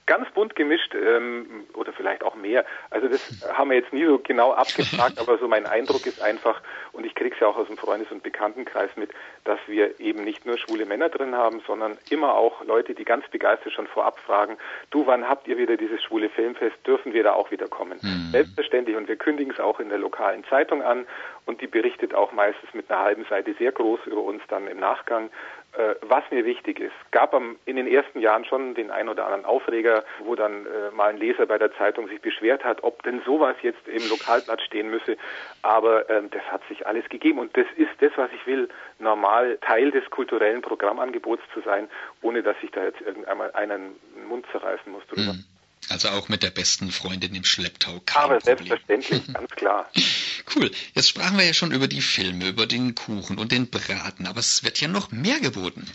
ganz bunt gemischt ähm, oder vielleicht auch mehr. Also das haben wir jetzt nie so genau abgefragt, aber so mein Eindruck ist einfach, und ich kriege es ja auch aus dem Freundes- und Bekanntenkreis mit, dass wir eben nicht nur schwule Männer drin haben, sondern immer auch Leute, die ganz begeistert schon vorab fragen, du, wann habt ihr wieder dieses schwule Filmfest, dürfen wir da auch wieder kommen? Mhm. Selbstverständlich, und wir kündigen es auch in der lokalen Zeitung an und die berichtet auch meistens mit einer halben Seite sehr groß über uns dann im Nachgang. Was mir wichtig ist, gab am, in den ersten Jahren schon den ein oder anderen Aufreger, wo dann äh, mal ein Leser bei der Zeitung sich beschwert hat, ob denn sowas jetzt im Lokalblatt stehen müsse. Aber ähm, das hat sich alles gegeben und das ist das, was ich will, normal Teil des kulturellen Programmangebots zu sein, ohne dass ich da jetzt irgendeinmal einen Mund zerreißen muss drüber. Mhm. Also auch mit der besten Freundin im Schlepptau. Kein Aber Problem. Selbstverständlich, ganz klar. Cool. Jetzt sprachen wir ja schon über die Filme, über den Kuchen und den Braten, aber es wird ja noch mehr geboten.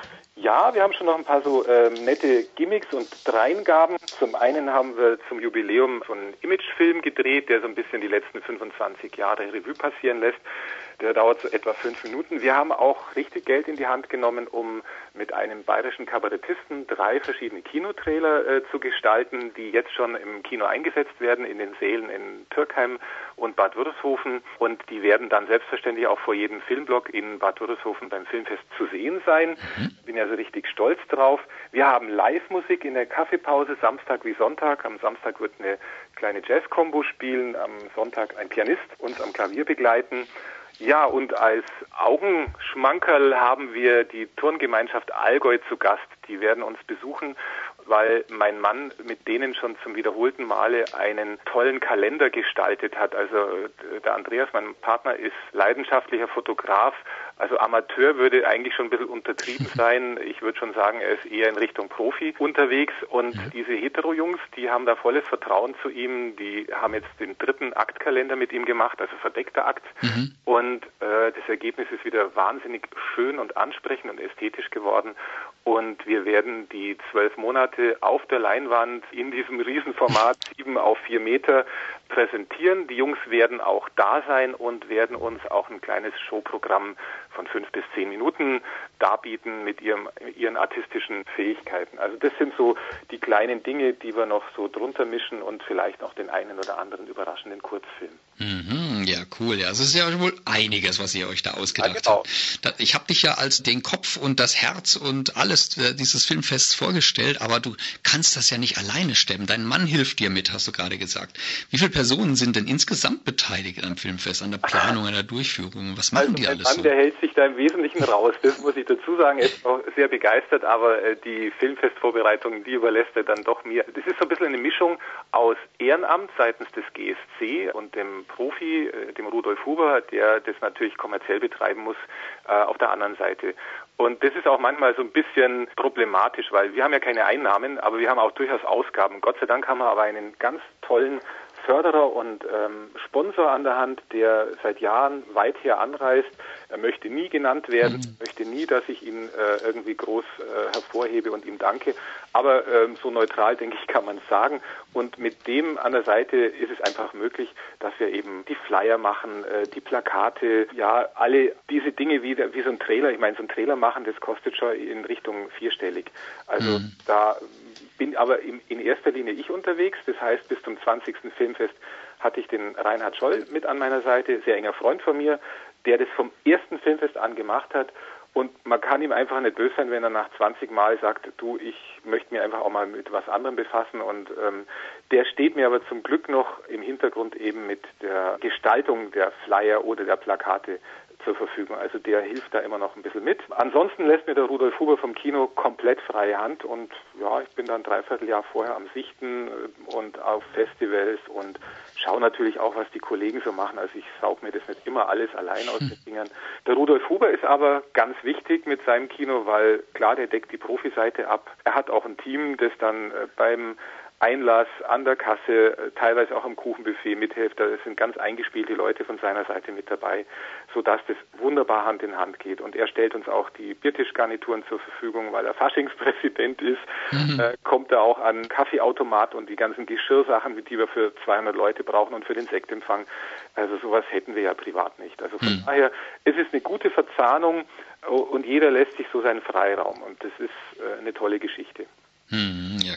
Ja, wir haben schon noch ein paar so ähm, nette Gimmicks und Dreingaben. Zum einen haben wir zum Jubiläum so einen Imagefilm gedreht, der so ein bisschen die letzten fünfundzwanzig Jahre Revue passieren lässt. Der dauert so etwa fünf Minuten. Wir haben auch richtig Geld in die Hand genommen, um mit einem bayerischen Kabarettisten drei verschiedene Kinotrailer äh, zu gestalten, die jetzt schon im Kino eingesetzt werden, in den Sälen in Türkheim und Bad Würreshofen. Und die werden dann selbstverständlich auch vor jedem Filmblock in Bad Würreshofen beim Filmfest zu sehen sein. Mhm. Bin ja so richtig stolz drauf. Wir haben Live-Musik in der Kaffeepause, Samstag wie Sonntag. Am Samstag wird eine kleine Jazz-Kombo spielen, am Sonntag ein Pianist uns am Klavier begleiten. Ja, und als Augenschmankerl haben wir die Turngemeinschaft Allgäu zu Gast. Die werden uns besuchen, weil mein Mann mit denen schon zum wiederholten Male einen tollen Kalender gestaltet hat. Also der Andreas, mein Partner, ist leidenschaftlicher Fotograf. Also Amateur würde eigentlich schon ein bisschen untertrieben sein. Ich würde schon sagen, er ist eher in Richtung Profi unterwegs. Und mhm. diese Hetero-Jungs, die haben da volles Vertrauen zu ihm. Die haben jetzt den dritten Aktkalender mit ihm gemacht, also verdeckter Akt. Mhm. Und äh, das Ergebnis ist wieder wahnsinnig schön und ansprechend und ästhetisch geworden. Und wir werden die zwölf Monate auf der Leinwand in diesem Riesenformat sieben auf vier Meter präsentieren. Die Jungs werden auch da sein und werden uns auch ein kleines Showprogramm von fünf bis zehn Minuten darbieten mit ihrem, ihren artistischen Fähigkeiten. Also das sind so die kleinen Dinge, die wir noch so drunter mischen und vielleicht noch den einen oder anderen überraschenden Kurzfilm. Mhm, ja, cool. Ja, also es ist ja wohl einiges, was ihr euch da ausgedacht ja, genau. habt. Ich habe dich ja als den Kopf und das Herz und alles äh, dieses Filmfests vorgestellt, aber du kannst das ja nicht alleine stemmen. Dein Mann hilft dir mit, hast du gerade gesagt. Wie viele Personen sind denn insgesamt beteiligt am Filmfest, an der Planung, an der Durchführung? Was machen also die alles Mann, so? Der hält sich da im Wesentlichen raus. Das muss ich dazu sagen. Er ist auch sehr begeistert, aber äh, die Filmfestvorbereitungen, die überlässt er dann doch mir. Das ist so ein bisschen eine Mischung aus Ehrenamt seitens des G S C und dem Profi, äh, dem Rudolf Huber, der das natürlich kommerziell betreiben muss, äh, auf der anderen Seite. Und das ist auch manchmal so ein bisschen problematisch, weil wir haben ja keine Einnahmen, aber wir haben auch durchaus Ausgaben. Gott sei Dank haben wir aber einen ganz tollen Förderer und ähm, Sponsor an der Hand, der seit Jahren weit her anreist. Er möchte nie genannt werden, mhm. möchte nie, dass ich ihn äh, irgendwie groß äh, hervorhebe und ihm danke. Aber ähm, so neutral, denke ich, kann man es sagen. Und mit dem an der Seite ist es einfach möglich, dass wir eben die Flyer machen, äh, die Plakate, ja, alle diese Dinge wie, wie so ein Trailer. Ich meine, so ein Trailer machen, das kostet schon in Richtung vierstellig. Also mhm. da bin aber in, in erster Linie ich unterwegs. Das heißt, bis zum zwanzigsten Filmfest hatte ich den Reinhard Scholl mit an meiner Seite, sehr enger Freund von mir, der das vom ersten Filmfest an gemacht hat. Und man kann ihm einfach nicht böse sein, wenn er nach zwanzig Mal sagt, du, ich möchte mich einfach auch mal mit was anderem befassen. Und ähm, der steht mir aber zum Glück noch im Hintergrund eben mit der Gestaltung der Flyer oder der Plakate zur Verfügung. Also der hilft da immer noch ein bisschen mit. Ansonsten lässt mir der Rudolf Huber vom Kino komplett freie Hand und ja, ich bin dann ein Dreivierteljahr vorher am Sichten und auf Festivals und schaue natürlich auch, was die Kollegen so machen. Also ich saug mir das nicht immer alles allein aus den Fingern. Der Rudolf Huber ist aber ganz wichtig mit seinem Kino, weil klar, der deckt die Profiseite ab. Er hat auch ein Team, das dann beim Einlass, an der Kasse, teilweise auch am Kuchenbuffet mithilft. Da sind ganz eingespielte Leute von seiner Seite mit dabei, sodass das wunderbar Hand in Hand geht. Und er stellt uns auch die Biertischgarnituren zur Verfügung, weil er Faschingspräsident ist. Mhm. Äh, kommt er auch an Kaffeeautomat und die ganzen Geschirrsachen, die wir für zweihundert Leute brauchen und für den Sektempfang. Also sowas hätten wir ja privat nicht. Also von mhm. daher, es ist eine gute Verzahnung und jeder lässt sich so seinen Freiraum. Und das ist äh, eine tolle Geschichte. Hm, ja,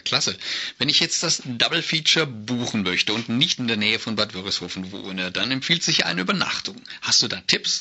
klasse. Wenn ich jetzt das Double Feature buchen möchte und nicht in der Nähe von Bad Wörishofen wohne, dann empfiehlt sich eine Übernachtung. Hast du da Tipps?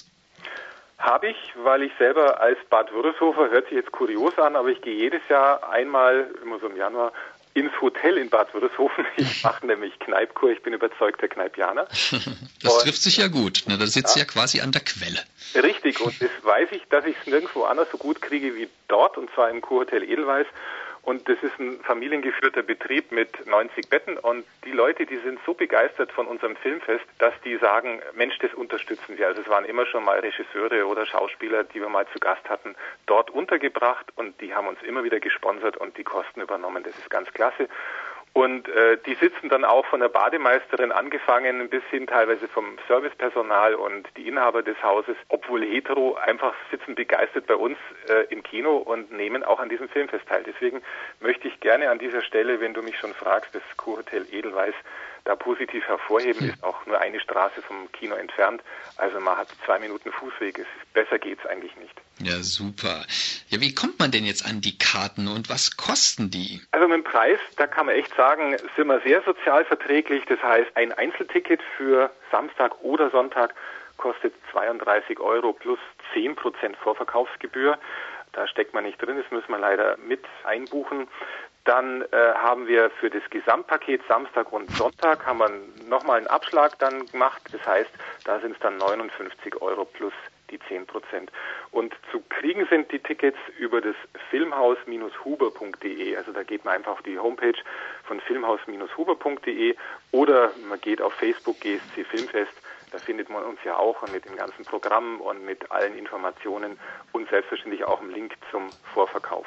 Habe ich, weil ich selber als Bad Wörishofer, hört sich jetzt kurios an, aber ich gehe jedes Jahr einmal, immer so im Januar, ins Hotel in Bad Wörishofen. Ich mache nämlich Kneipkur, ich bin überzeugter Kneipianer. Das und, trifft sich ja gut, ne? Da sitzt ja. ja quasi an der Quelle. Richtig, und das weiß ich, dass ich es nirgendwo anders so gut kriege wie dort, und zwar im Kurhotel Edelweiss. Und das ist ein familiengeführter Betrieb mit neunzig Betten, und die Leute, die sind so begeistert von unserem Filmfest, dass die sagen, Mensch, das unterstützen wir. Also es waren immer schon mal Regisseure oder Schauspieler, die wir mal zu Gast hatten, dort untergebracht, und die haben uns immer wieder gesponsert und die Kosten übernommen. Das ist ganz klasse. Und äh, die sitzen dann auch von der Bademeisterin angefangen bis hin teilweise vom Servicepersonal und die Inhaber des Hauses, obwohl hetero, einfach sitzen begeistert bei uns äh, im Kino und nehmen auch an diesem Filmfest teil. Deswegen möchte ich gerne an dieser Stelle, wenn du mich schon fragst, das Kurhotel Edelweiss da positiv hervorheben, ist auch nur eine Straße vom Kino entfernt. Also man hat zwei Minuten Fußweg. Es ist, besser geht's eigentlich nicht. Ja, super. Ja, wie kommt man denn jetzt an die Karten und was kosten die? Also mit dem Preis, da kann man echt sagen, sind wir sehr sozial verträglich. Das heißt, ein Einzelticket für Samstag oder Sonntag kostet zweiunddreißig Euro plus zehn Prozent Vorverkaufsgebühr. Da steckt man nicht drin, das müssen wir leider mit einbuchen. Dann äh, haben wir für das Gesamtpaket Samstag und Sonntag haben wir nochmal einen Abschlag dann gemacht. Das heißt, da sind es dann neunundfünfzig Euro plus die zehn Prozent. Und zu kriegen sind die Tickets über das filmhaus huber punkt de. Also da geht man einfach auf die Homepage von filmhaus huber punkt de oder man geht auf Facebook G S C Filmfest. Da findet man uns ja auch mit dem ganzen Programm und mit allen Informationen und selbstverständlich auch einen Link zum Vorverkauf.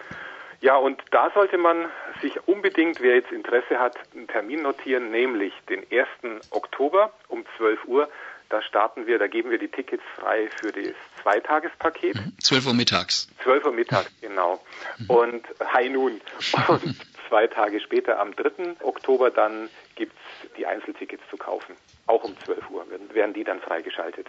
Ja, und da sollte man sich unbedingt, wer jetzt Interesse hat, einen Termin notieren, nämlich den ersten Oktober um zwölf Uhr. Da starten wir, da geben wir die Tickets frei für das Zweitagespaket. zwölf Uhr mittags. zwölf Uhr mittags, genau. Und High Noon. Und zwei Tage später, am dritten Oktober, dann gibt's die Einzeltickets zu kaufen. Auch um zwölf Uhr werden, werden die dann freigeschaltet.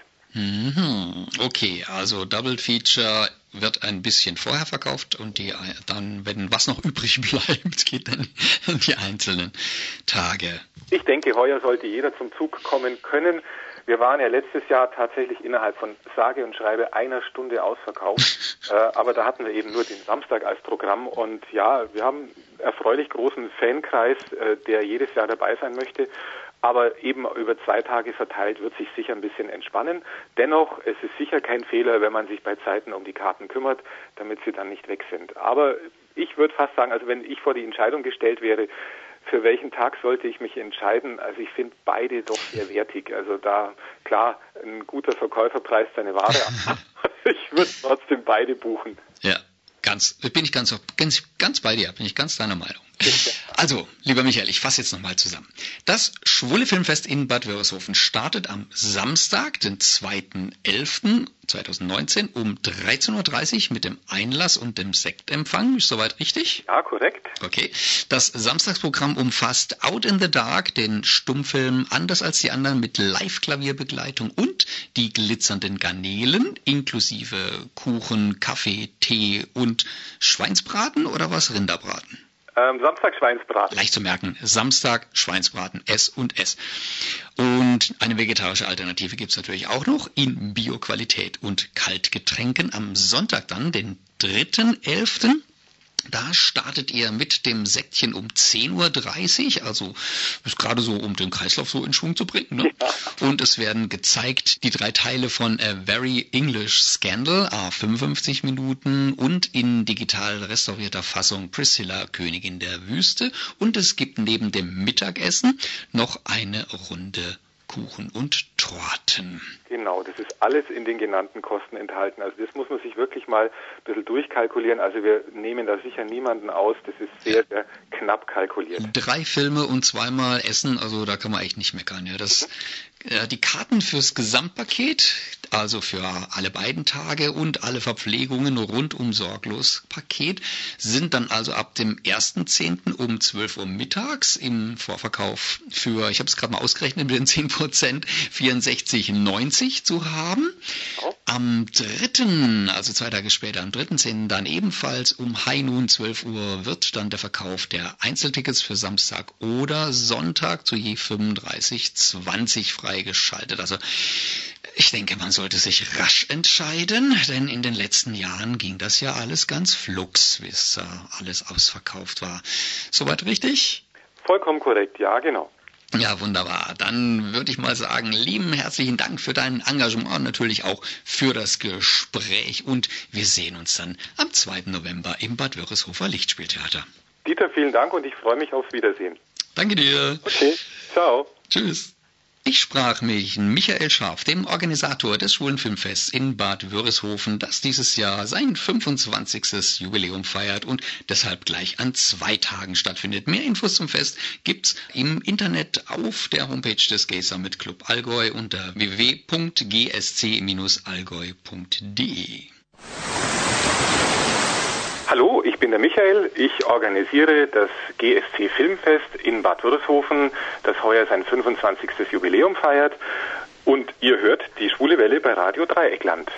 Mhm. Okay, also Double Feature wird ein bisschen vorher verkauft und die dann, wenn was noch übrig bleibt, geht dann in die einzelnen Tage. Ich denke, heuer sollte jeder zum Zug kommen können. Wir waren ja letztes Jahr tatsächlich innerhalb von sage und schreibe einer Stunde ausverkauft, äh, aber da hatten wir eben nur den Samstag als Programm und ja, wir haben einen erfreulich großen Fankreis, äh, der jedes Jahr dabei sein möchte. Aber eben über zwei Tage verteilt wird sich sicher ein bisschen entspannen. Dennoch, es ist sicher kein Fehler, wenn man sich bei Zeiten um die Karten kümmert, damit sie dann nicht weg sind. Aber ich würde fast sagen, also wenn ich vor die Entscheidung gestellt wäre, für welchen Tag sollte ich mich entscheiden? Also ich finde beide doch sehr wertig. Also da, klar, ein guter Verkäufer preist seine Ware ab. Ich würde trotzdem beide buchen. Ja, ganz, bin ich ganz, ganz, ganz bei dir, bin ich ganz deiner Meinung. Also, lieber Michael, ich fasse jetzt nochmal zusammen. Das Schwule Filmfest in Bad Wörishofen startet am Samstag, den zweiten elften zweitausendneunzehn um dreizehn Uhr dreißig mit dem Einlass und dem Sektempfang. Ist soweit richtig? Ja, korrekt. Okay. Das Samstagsprogramm umfasst Out in the Dark, den Stummfilm Anders als die anderen mit Live-Klavierbegleitung und die glitzernden Garnelen inklusive Kuchen, Kaffee, Tee und Schweinsbraten oder was? Rinderbraten? Ähm, Samstag Schweinsbraten. Leicht zu merken. Samstag Schweinsbraten. S und S. Und eine vegetarische Alternative gibt's natürlich auch noch in Bioqualität und Kaltgetränken. Am Sonntag dann, den dritten elften Da startet ihr mit dem Sektchen um zehn Uhr dreißig, also ist gerade so, um den Kreislauf so in Schwung zu bringen. Ne? Ja. Und es werden gezeigt die drei Teile von A Very English Scandal, a fünfundfünfzig Minuten und in digital restaurierter Fassung Priscilla, Königin der Wüste. Und es gibt neben dem Mittagessen noch eine Runde Kuchen und Torten. Genau, das ist alles in den genannten Kosten enthalten. Also das muss man sich wirklich mal ein bisschen durchkalkulieren. Also wir nehmen da sicher niemanden aus. Das ist sehr, sehr knapp kalkuliert. Drei Filme und zweimal Essen, also da kann man echt nicht meckern. Ja, das, äh, die Karten fürs Gesamtpaket, also für alle beiden Tage und alle Verpflegungen rundum sorglos Paket, sind dann also ab dem ersten zehnten um zwölf Uhr mittags im Vorverkauf für, ich habe es gerade mal ausgerechnet, mit den zehn Prozent vierundsechzig neunzig zu haben. Am dritten, also zwei Tage später, am dritten zehnten dann ebenfalls um High Noon zwölf Uhr wird dann der Verkauf der Einzeltickets für Samstag oder Sonntag zu je fünfunddreißig zwanzig freigeschaltet. Also ich denke, man sollte sich rasch entscheiden, denn in den letzten Jahren ging das ja alles ganz flugs, bis äh, alles ausverkauft war. Soweit richtig? Vollkommen korrekt, ja, genau. Ja, wunderbar. Dann würde ich mal sagen, lieben herzlichen Dank für dein Engagement und natürlich auch für das Gespräch. Und wir sehen uns dann am zweiten November im Bad Wörishofer Lichtspieltheater. Dieter, vielen Dank und ich freue mich aufs Wiedersehen. Danke dir. Okay, ciao. Tschüss. Ich sprach mit Michael Scharf, dem Organisator des Schwulen Filmfests in Bad Wörishofen, das dieses Jahr sein fünfundzwanzigstes Jubiläum feiert und deshalb gleich an zwei Tagen stattfindet. Mehr Infos zum Fest gibt's im Internet auf der Homepage des Gay Summit Club Allgäu unter w w w punkt g s c dash allgäu punkt d e. Hallo, ich bin der Michael. Ich organisiere das G S C Filmfest in Bad Wörishofen, das heuer sein fünfundzwanzigstes Jubiläum feiert. Und ihr hört die Schwule Welle bei Radio Dreieckland.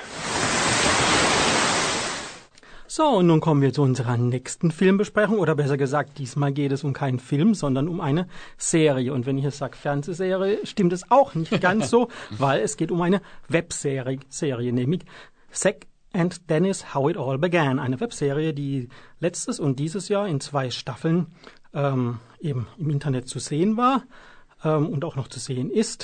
So, und nun kommen wir zu unserer nächsten Filmbesprechung, oder besser gesagt, diesmal geht es um keinen Film, sondern um eine Serie. Und wenn ich jetzt sage Fernsehserie, stimmt es auch nicht ganz so, weil es geht um eine Webserie, Serie, nämlich Zack and Dennis How It All Began, eine Webserie, die letztes und dieses Jahr in zwei Staffeln ähm, eben im Internet zu sehen war ähm, und auch noch zu sehen ist.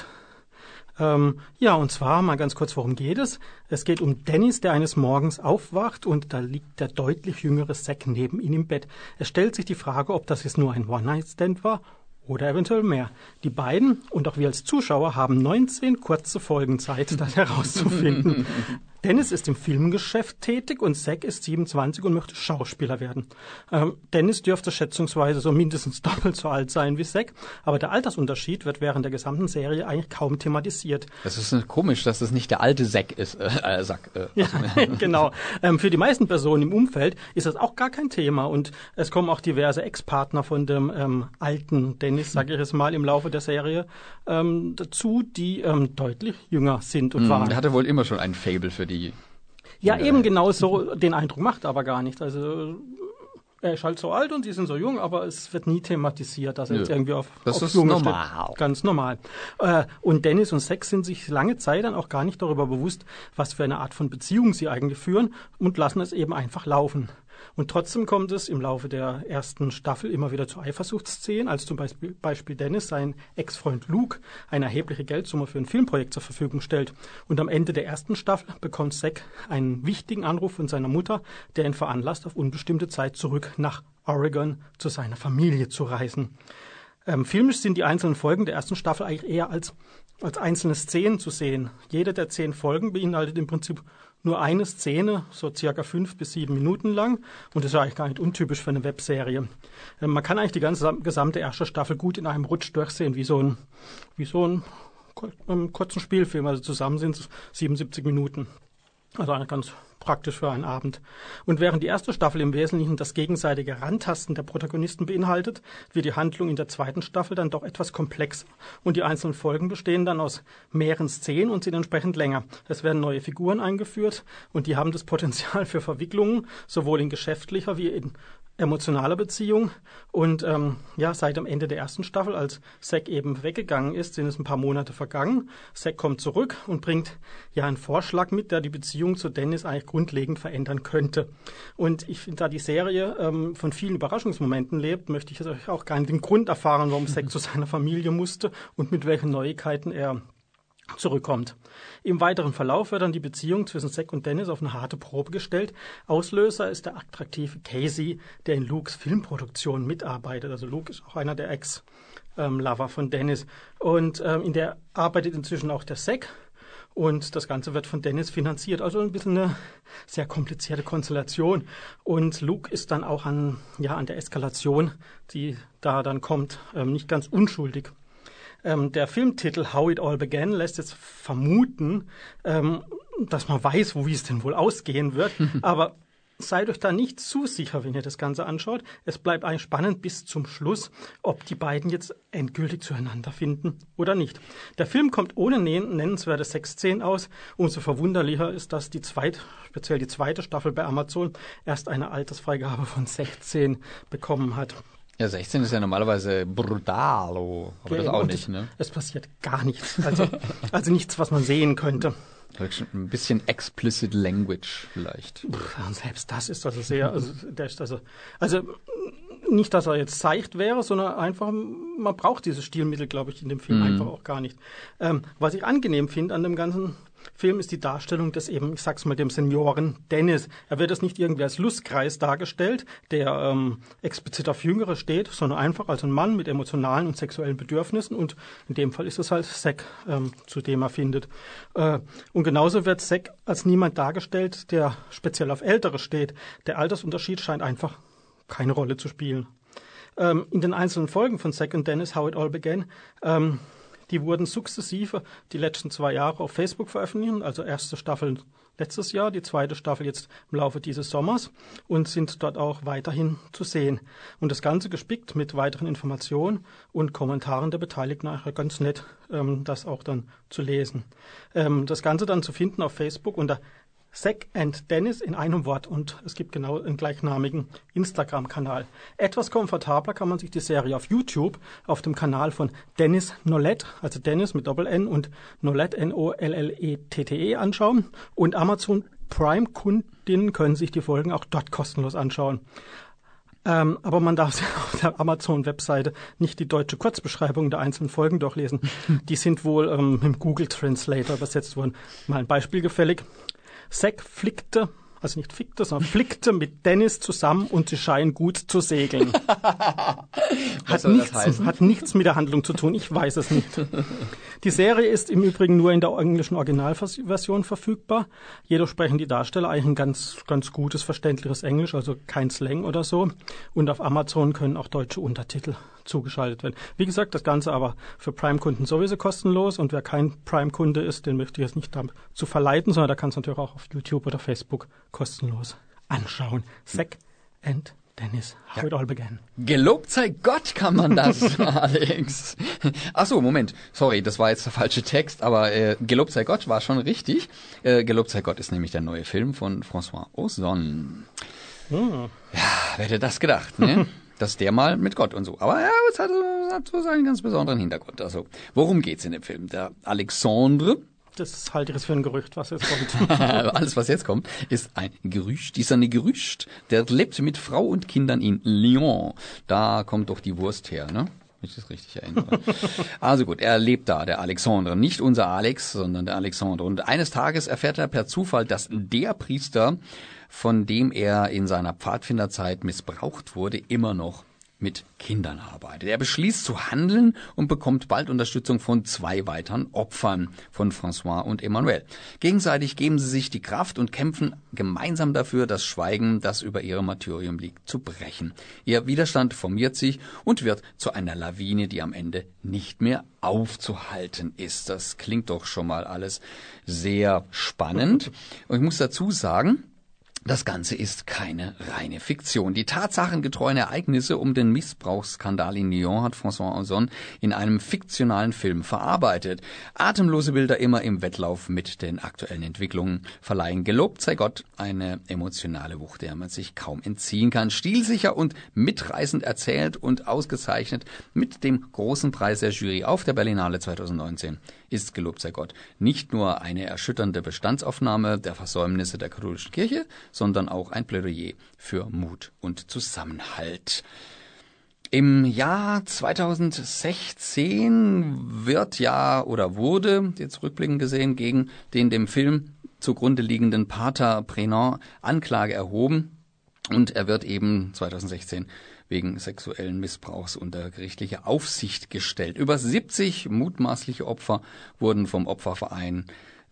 Ähm, ja, und zwar mal ganz kurz, worum geht es? Es geht um Dennis, der eines Morgens aufwacht und da liegt der deutlich jüngere Zack neben ihm im Bett. Es stellt sich die Frage, ob das jetzt nur ein One-Night-Stand war oder eventuell mehr. Die beiden und auch wir als Zuschauer haben neunzehn kurze Folgen Zeit, das herauszufinden. Dennis ist im Filmgeschäft tätig und Zack ist siebenundzwanzig und möchte Schauspieler werden. Ähm, Dennis dürfte schätzungsweise so mindestens doppelt so alt sein wie Zack, aber der Altersunterschied wird während der gesamten Serie eigentlich kaum thematisiert. Das ist komisch, dass es nicht der alte Zack ist. Äh, äh, Zack, äh, ja, genau. Ähm, für die meisten Personen im Umfeld ist das auch gar kein Thema und es kommen auch diverse Ex-Partner von dem ähm, alten Dennis, sage ich es mal, im Laufe der Serie ähm, dazu, die ähm, deutlich jünger sind und mm, waren. Er hatte wohl immer schon ein Faible für die. Ja, eben genau so, den Eindruck macht er aber gar nicht. Also er ist halt so alt und sie sind so jung, aber es wird nie thematisiert, dass er jetzt irgendwie auf, das auf ist Junge normal. steht. Ganz normal. Äh, und Dennis und Zack sind sich lange Zeit dann auch gar nicht darüber bewusst, was für eine Art von Beziehung sie eigentlich führen und lassen es eben einfach laufen. Und trotzdem kommt es im Laufe der ersten Staffel immer wieder zu Eifersuchtsszenen, als zum Beispiel, Beispiel Dennis seinen Ex-Freund Luke eine erhebliche Geldsumme für ein Filmprojekt zur Verfügung stellt. Und am Ende der ersten Staffel bekommt Zack einen wichtigen Anruf von seiner Mutter, der ihn veranlasst, auf unbestimmte Zeit zurück nach Oregon zu seiner Familie zu reisen. Ähm, filmisch sind die einzelnen Folgen der ersten Staffel eigentlich eher als, als einzelne Szenen zu sehen. Jede der zehn Folgen beinhaltet im Prinzip nur eine Szene, so circa fünf bis sieben Minuten lang. Und das ist eigentlich gar nicht untypisch für eine Webserie. Ähm, man kann eigentlich die ganze gesamte erste Staffel gut in einem Rutsch durchsehen, wie so ein, wie so ein ähm, kurzen Spielfilm. Also zusammen sind es siebenundsiebzig Minuten. Also eigentlich ganz praktisch für einen Abend. Und während die erste Staffel im Wesentlichen das gegenseitige Rantasten der Protagonisten beinhaltet, wird die Handlung in der zweiten Staffel dann doch etwas komplexer. Und die einzelnen Folgen bestehen dann aus mehreren Szenen und sind entsprechend länger. Es werden neue Figuren eingeführt und die haben das Potenzial für Verwicklungen, sowohl in geschäftlicher wie in emotionaler Beziehung. Und ähm, ja, seit am Ende der ersten Staffel, als Zack eben weggegangen ist, sind es ein paar Monate vergangen. Zack kommt zurück und bringt ja einen Vorschlag mit, der die Beziehung zu Dennis eigentlich grundlegend verändern könnte. Und ich finde, da die Serie ähm, von vielen Überraschungsmomenten lebt, möchte ich jetzt auch gar nicht den Grund erfahren, warum Zack zu seiner Familie musste und mit welchen Neuigkeiten er zurückkommt. Im weiteren Verlauf wird dann die Beziehung zwischen Zack und Dennis auf eine harte Probe gestellt. Auslöser ist der attraktive Casey, der in Lukes Filmproduktion mitarbeitet. Also Luke ist auch einer der Ex-Lover von Dennis. Und ähm, in der arbeitet inzwischen auch der Zack. Und das Ganze wird von Dennis finanziert. Also ein bisschen eine sehr komplizierte Konstellation. Und Luke ist dann auch an, ja, an der Eskalation, die da dann kommt, ähm, nicht ganz unschuldig. Ähm, der Filmtitel How It All Began lässt jetzt vermuten, ähm, dass man weiß, wo wie es denn wohl ausgehen wird. Aber seid euch da nicht zu sicher, wenn ihr das Ganze anschaut. Es bleibt eigentlich spannend bis zum Schluss, ob die beiden jetzt endgültig zueinander finden oder nicht. Der Film kommt ohne nennenswerte Sexszenen aus. Umso verwunderlicher ist, dass die zweite, speziell die zweite Staffel bei Amazon erst eine Altersfreigabe von sechzehn bekommen hat. Ja, sechzehn ist ja normalerweise brutal, aber okay, das auch nicht, ne? Es passiert gar nichts. Also, also nichts, was man sehen könnte. Ein bisschen explicit language vielleicht. Und selbst das ist also sehr, also, der ist also, also nicht, dass er jetzt seicht wäre, sondern einfach, man braucht dieses Stilmittel, glaube ich, in dem Film mhm. einfach auch gar nicht. Ähm, was ich angenehm finde an dem ganzen Film ist die Darstellung des eben, ich sag's mal, dem Senioren Dennis. Er wird jetzt nicht irgendwie als Lustkreis dargestellt, der ähm, explizit auf Jüngere steht, sondern einfach als ein Mann mit emotionalen und sexuellen Bedürfnissen und in dem Fall ist es halt Zack, ähm, zu dem er findet. Äh, und genauso wird Zack als niemand dargestellt, der speziell auf Ältere steht. Der Altersunterschied scheint einfach keine Rolle zu spielen. Ähm, in den einzelnen Folgen von Zack und Dennis, How It All Began, ähm, die wurden sukzessive die letzten zwei Jahre auf Facebook veröffentlicht, also erste Staffel letztes Jahr, die zweite Staffel jetzt im Laufe dieses Sommers und sind dort auch weiterhin zu sehen. Und das Ganze gespickt mit weiteren Informationen und Kommentaren der Beteiligten, nachher ganz nett, ähm, das auch dann zu lesen. Ähm, das Ganze dann zu finden auf Facebook unter Zack and Dennis in einem Wort und es gibt genau einen gleichnamigen Instagram-Kanal. Etwas komfortabler kann man sich die Serie auf YouTube auf dem Kanal von Dennis Nolet, also Dennis mit Doppel-N und Nolet, N O L L E T T E anschauen und Amazon Prime-Kundinnen können sich die Folgen auch dort kostenlos anschauen. Ähm, aber man darf auf der Amazon-Webseite nicht die deutsche Kurzbeschreibung der einzelnen Folgen durchlesen. Die sind wohl ähm, im Google Translator übersetzt worden. Mal ein Beispiel gefällig. Zack flickte, also nicht fickte, sondern flickte mit Dennis zusammen und sie scheinen gut zu segeln. hat, nichts, hat nichts mit der Handlung zu tun, ich weiß es nicht. Die Serie ist im Übrigen nur in der englischen Originalversion verfügbar. Jedoch sprechen die Darsteller eigentlich ein ganz, ganz gutes, verständliches Englisch, also kein Slang oder so. Und auf Amazon können auch deutsche Untertitel zugeschaltet werden. Wie gesagt, das Ganze aber für Prime-Kunden sowieso kostenlos und wer kein Prime-Kunde ist, den möchte ich jetzt nicht dazu verleiten, sondern da kann es natürlich auch auf YouTube oder Facebook kostenlos anschauen. Zack and Dennis, how ja. It all began. Gelobt sei Gott, kann man das, Alex. Ach so, Moment, sorry, das war jetzt der falsche Text, aber äh, Gelobt sei Gott war schon richtig. Äh, Gelobt sei Gott ist nämlich der neue Film von François Ozon. Hm. Ja, wer hätte das gedacht, ne? Dass der mal mit Gott und so. Aber ja, es hat, hat so seinen ganz besonderen Hintergrund. Also, worum geht's in dem Film? Der Alexandre. Das halte ich jetzt für ein Gerücht, was jetzt kommt. Alles, was jetzt kommt, ist ein Gerücht. Ist ein Gerücht. Der lebt mit Frau und Kindern in Lyon. Da kommt doch die Wurst her, ne? Wenn ich das richtig erinnere. Also gut, er lebt da, der Alexandre. Nicht unser Alex, sondern der Alexandre. Und eines Tages erfährt er per Zufall, dass der Priester, von dem er in seiner Pfadfinderzeit missbraucht wurde, immer noch mit Kindern arbeitet. Er beschließt zu handeln und bekommt bald Unterstützung von zwei weiteren Opfern, von François und Emmanuel. Gegenseitig geben sie sich die Kraft und kämpfen gemeinsam dafür, das Schweigen, das über ihrem Martyrium liegt, zu brechen. Ihr Widerstand formiert sich und wird zu einer Lawine, die am Ende nicht mehr aufzuhalten ist. Das klingt doch schon mal alles sehr spannend. Und ich muss dazu sagen, das Ganze ist keine reine Fiktion. Die tatsachengetreuen Ereignisse um den Missbrauchsskandal in Lyon hat François Ozon in einem fiktionalen Film verarbeitet. Atemlose Bilder immer im Wettlauf mit den aktuellen Entwicklungen verleihen, gelobt sei Gott, eine emotionale Wucht, der man sich kaum entziehen kann. Stilsicher und mitreißend erzählt und ausgezeichnet mit dem großen Preis der Jury auf der Berlinale zweitausendneunzehn ist gelobt sei Gott nicht nur eine erschütternde Bestandsaufnahme der Versäumnisse der katholischen Kirche, sondern auch ein Plädoyer für Mut und Zusammenhalt. Im Jahr zweitausendsechzehn wird ja oder wurde, jetzt rückblickend gesehen, gegen den dem Film zugrunde liegenden Pater Prénant Anklage erhoben und er wird eben zweitausendsechzehn wegen sexuellen Missbrauchs unter gerichtliche Aufsicht gestellt. Über siebzig mutmaßliche Opfer wurden vom Opferverein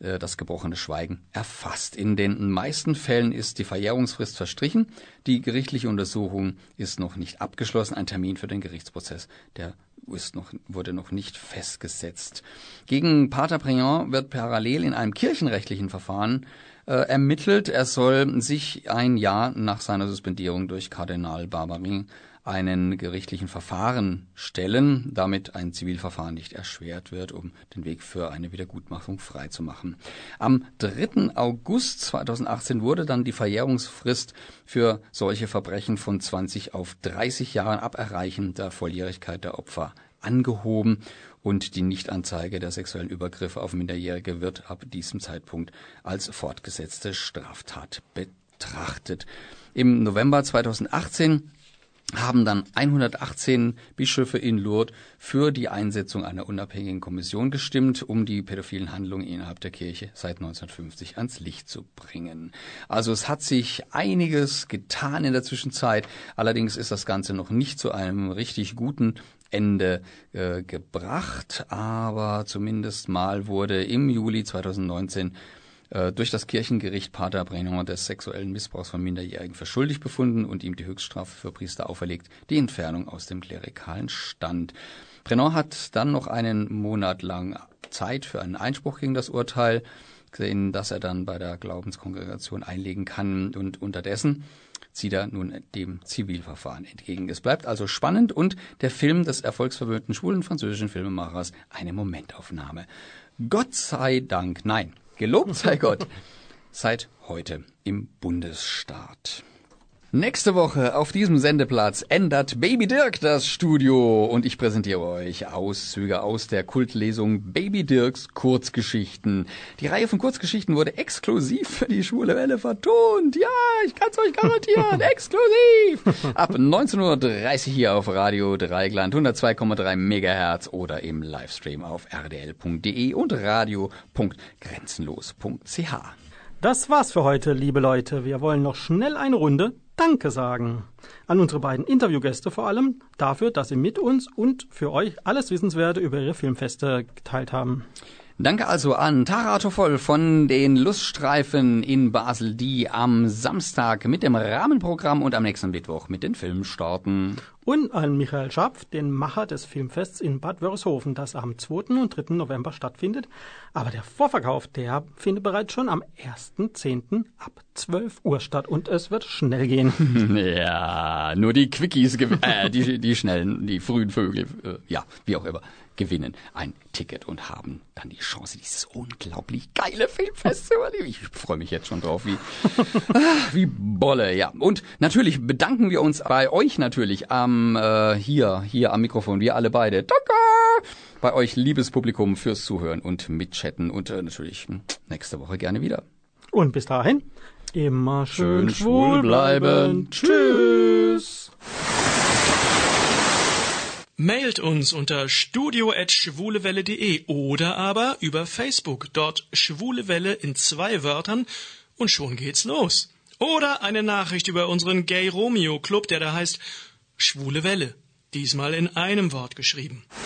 äh, das gebrochene Schweigen erfasst. In den meisten Fällen ist die Verjährungsfrist verstrichen. Die gerichtliche Untersuchung ist noch nicht abgeschlossen. Ein Termin für den Gerichtsprozess, der ist noch, wurde noch nicht festgesetzt. Gegen Pater Préant wird parallel in einem kirchenrechtlichen Verfahren äh, ermittelt. Er soll sich ein Jahr nach seiner Suspendierung durch Kardinal Barbarin einen gerichtlichen Verfahren stellen, damit ein Zivilverfahren nicht erschwert wird, um den Weg für eine Wiedergutmachung freizumachen. Am dritten August zweitausendachtzehn wurde dann die Verjährungsfrist für solche Verbrechen von zwanzig auf dreißig Jahren ab Erreichen der Volljährigkeit der Opfer angehoben und die Nichtanzeige der sexuellen Übergriffe auf Minderjährige wird ab diesem Zeitpunkt als fortgesetzte Straftat betrachtet. Im November zweitausendachtzehn haben dann hundertachtzehn Bischöfe in Lourdes für die Einsetzung einer unabhängigen Kommission gestimmt, um die pädophilen Handlungen innerhalb der Kirche seit neunzehnhundertfünfzig ans Licht zu bringen. Also es hat sich einiges getan in der Zwischenzeit, allerdings ist das Ganze noch nicht zu einem richtig guten Ende äh, gebracht, aber zumindest mal wurde im Juli zweitausendneunzehn durch das Kirchengericht Pater Préant des sexuellen Missbrauchs von Minderjährigen für schuldig befunden und ihm die Höchststrafe für Priester auferlegt, die Entfernung aus dem klerikalen Stand. Préant hat dann noch einen Monat lang Zeit für einen Einspruch gegen das Urteil, in das er dann bei der Glaubenskongregation einlegen kann und unterdessen zieht er nun dem Zivilverfahren entgegen. Es bleibt also spannend und der Film des erfolgsverwöhnten schwulen französischen Filmemachers eine Momentaufnahme. Gott sei Dank, nein, gelobt sei Gott, seit heute im Bundesstaat. Nächste Woche auf diesem Sendeplatz ändert Baby Dirk das Studio und ich präsentiere euch Auszüge aus der Kultlesung Baby Dirks Kurzgeschichten. Die Reihe von Kurzgeschichten wurde exklusiv für die Schwule Welle vertont. Ja, ich kann's euch garantieren, exklusiv. Ab neunzehn Uhr dreißig hier auf Radio Dreieckland, hundertzwei Komma drei Megahertz oder im Livestream auf r d l punkt d e und radio punkt grenzenlos punkt c h. Das war's für heute, liebe Leute. Wir wollen noch schnell eine Runde Danke sagen. An unsere beiden Interviewgäste vor allem dafür, dass sie mit uns und für euch alles Wissenswerte über ihre Filmfeste geteilt haben. Danke also an Tara Toffol von den Luststreifen in Basel, die am Samstag mit dem Rahmenprogramm und am nächsten Mittwoch mit den Filmen starten. Und an Michael Schapf, den Macher des Filmfests in Bad Wörishofen, das am zweiten und dritten November stattfindet. Aber der Vorverkauf, der findet bereits schon am ersten zehnten ab zwölf Uhr statt und es wird schnell gehen. Ja, nur die Quickies, äh, die, die schnellen, die frühen Vögel, äh, ja, wie auch immer, gewinnen ein Ticket und haben dann die Chance, dieses unglaublich geile Filmfest zu erleben. Ich freue mich jetzt schon drauf, wie, wie Bolle, ja. Und natürlich bedanken wir uns bei euch natürlich am, äh, hier, hier am Mikrofon, wir alle beide. Danke! Bei euch, liebes Publikum, fürs Zuhören und Mitchatten und äh, natürlich nächste Woche gerne wieder. Und bis dahin, immer schön, schön schwul bleiben. Tschüss! Mailt uns unter studio at schwulewelle punkt de oder aber über Facebook, dort Schwulewelle in zwei Wörtern und schon geht's los. Oder eine Nachricht über unseren Gay Romeo Club, der da heißt Schwule Welle, diesmal in einem Wort geschrieben.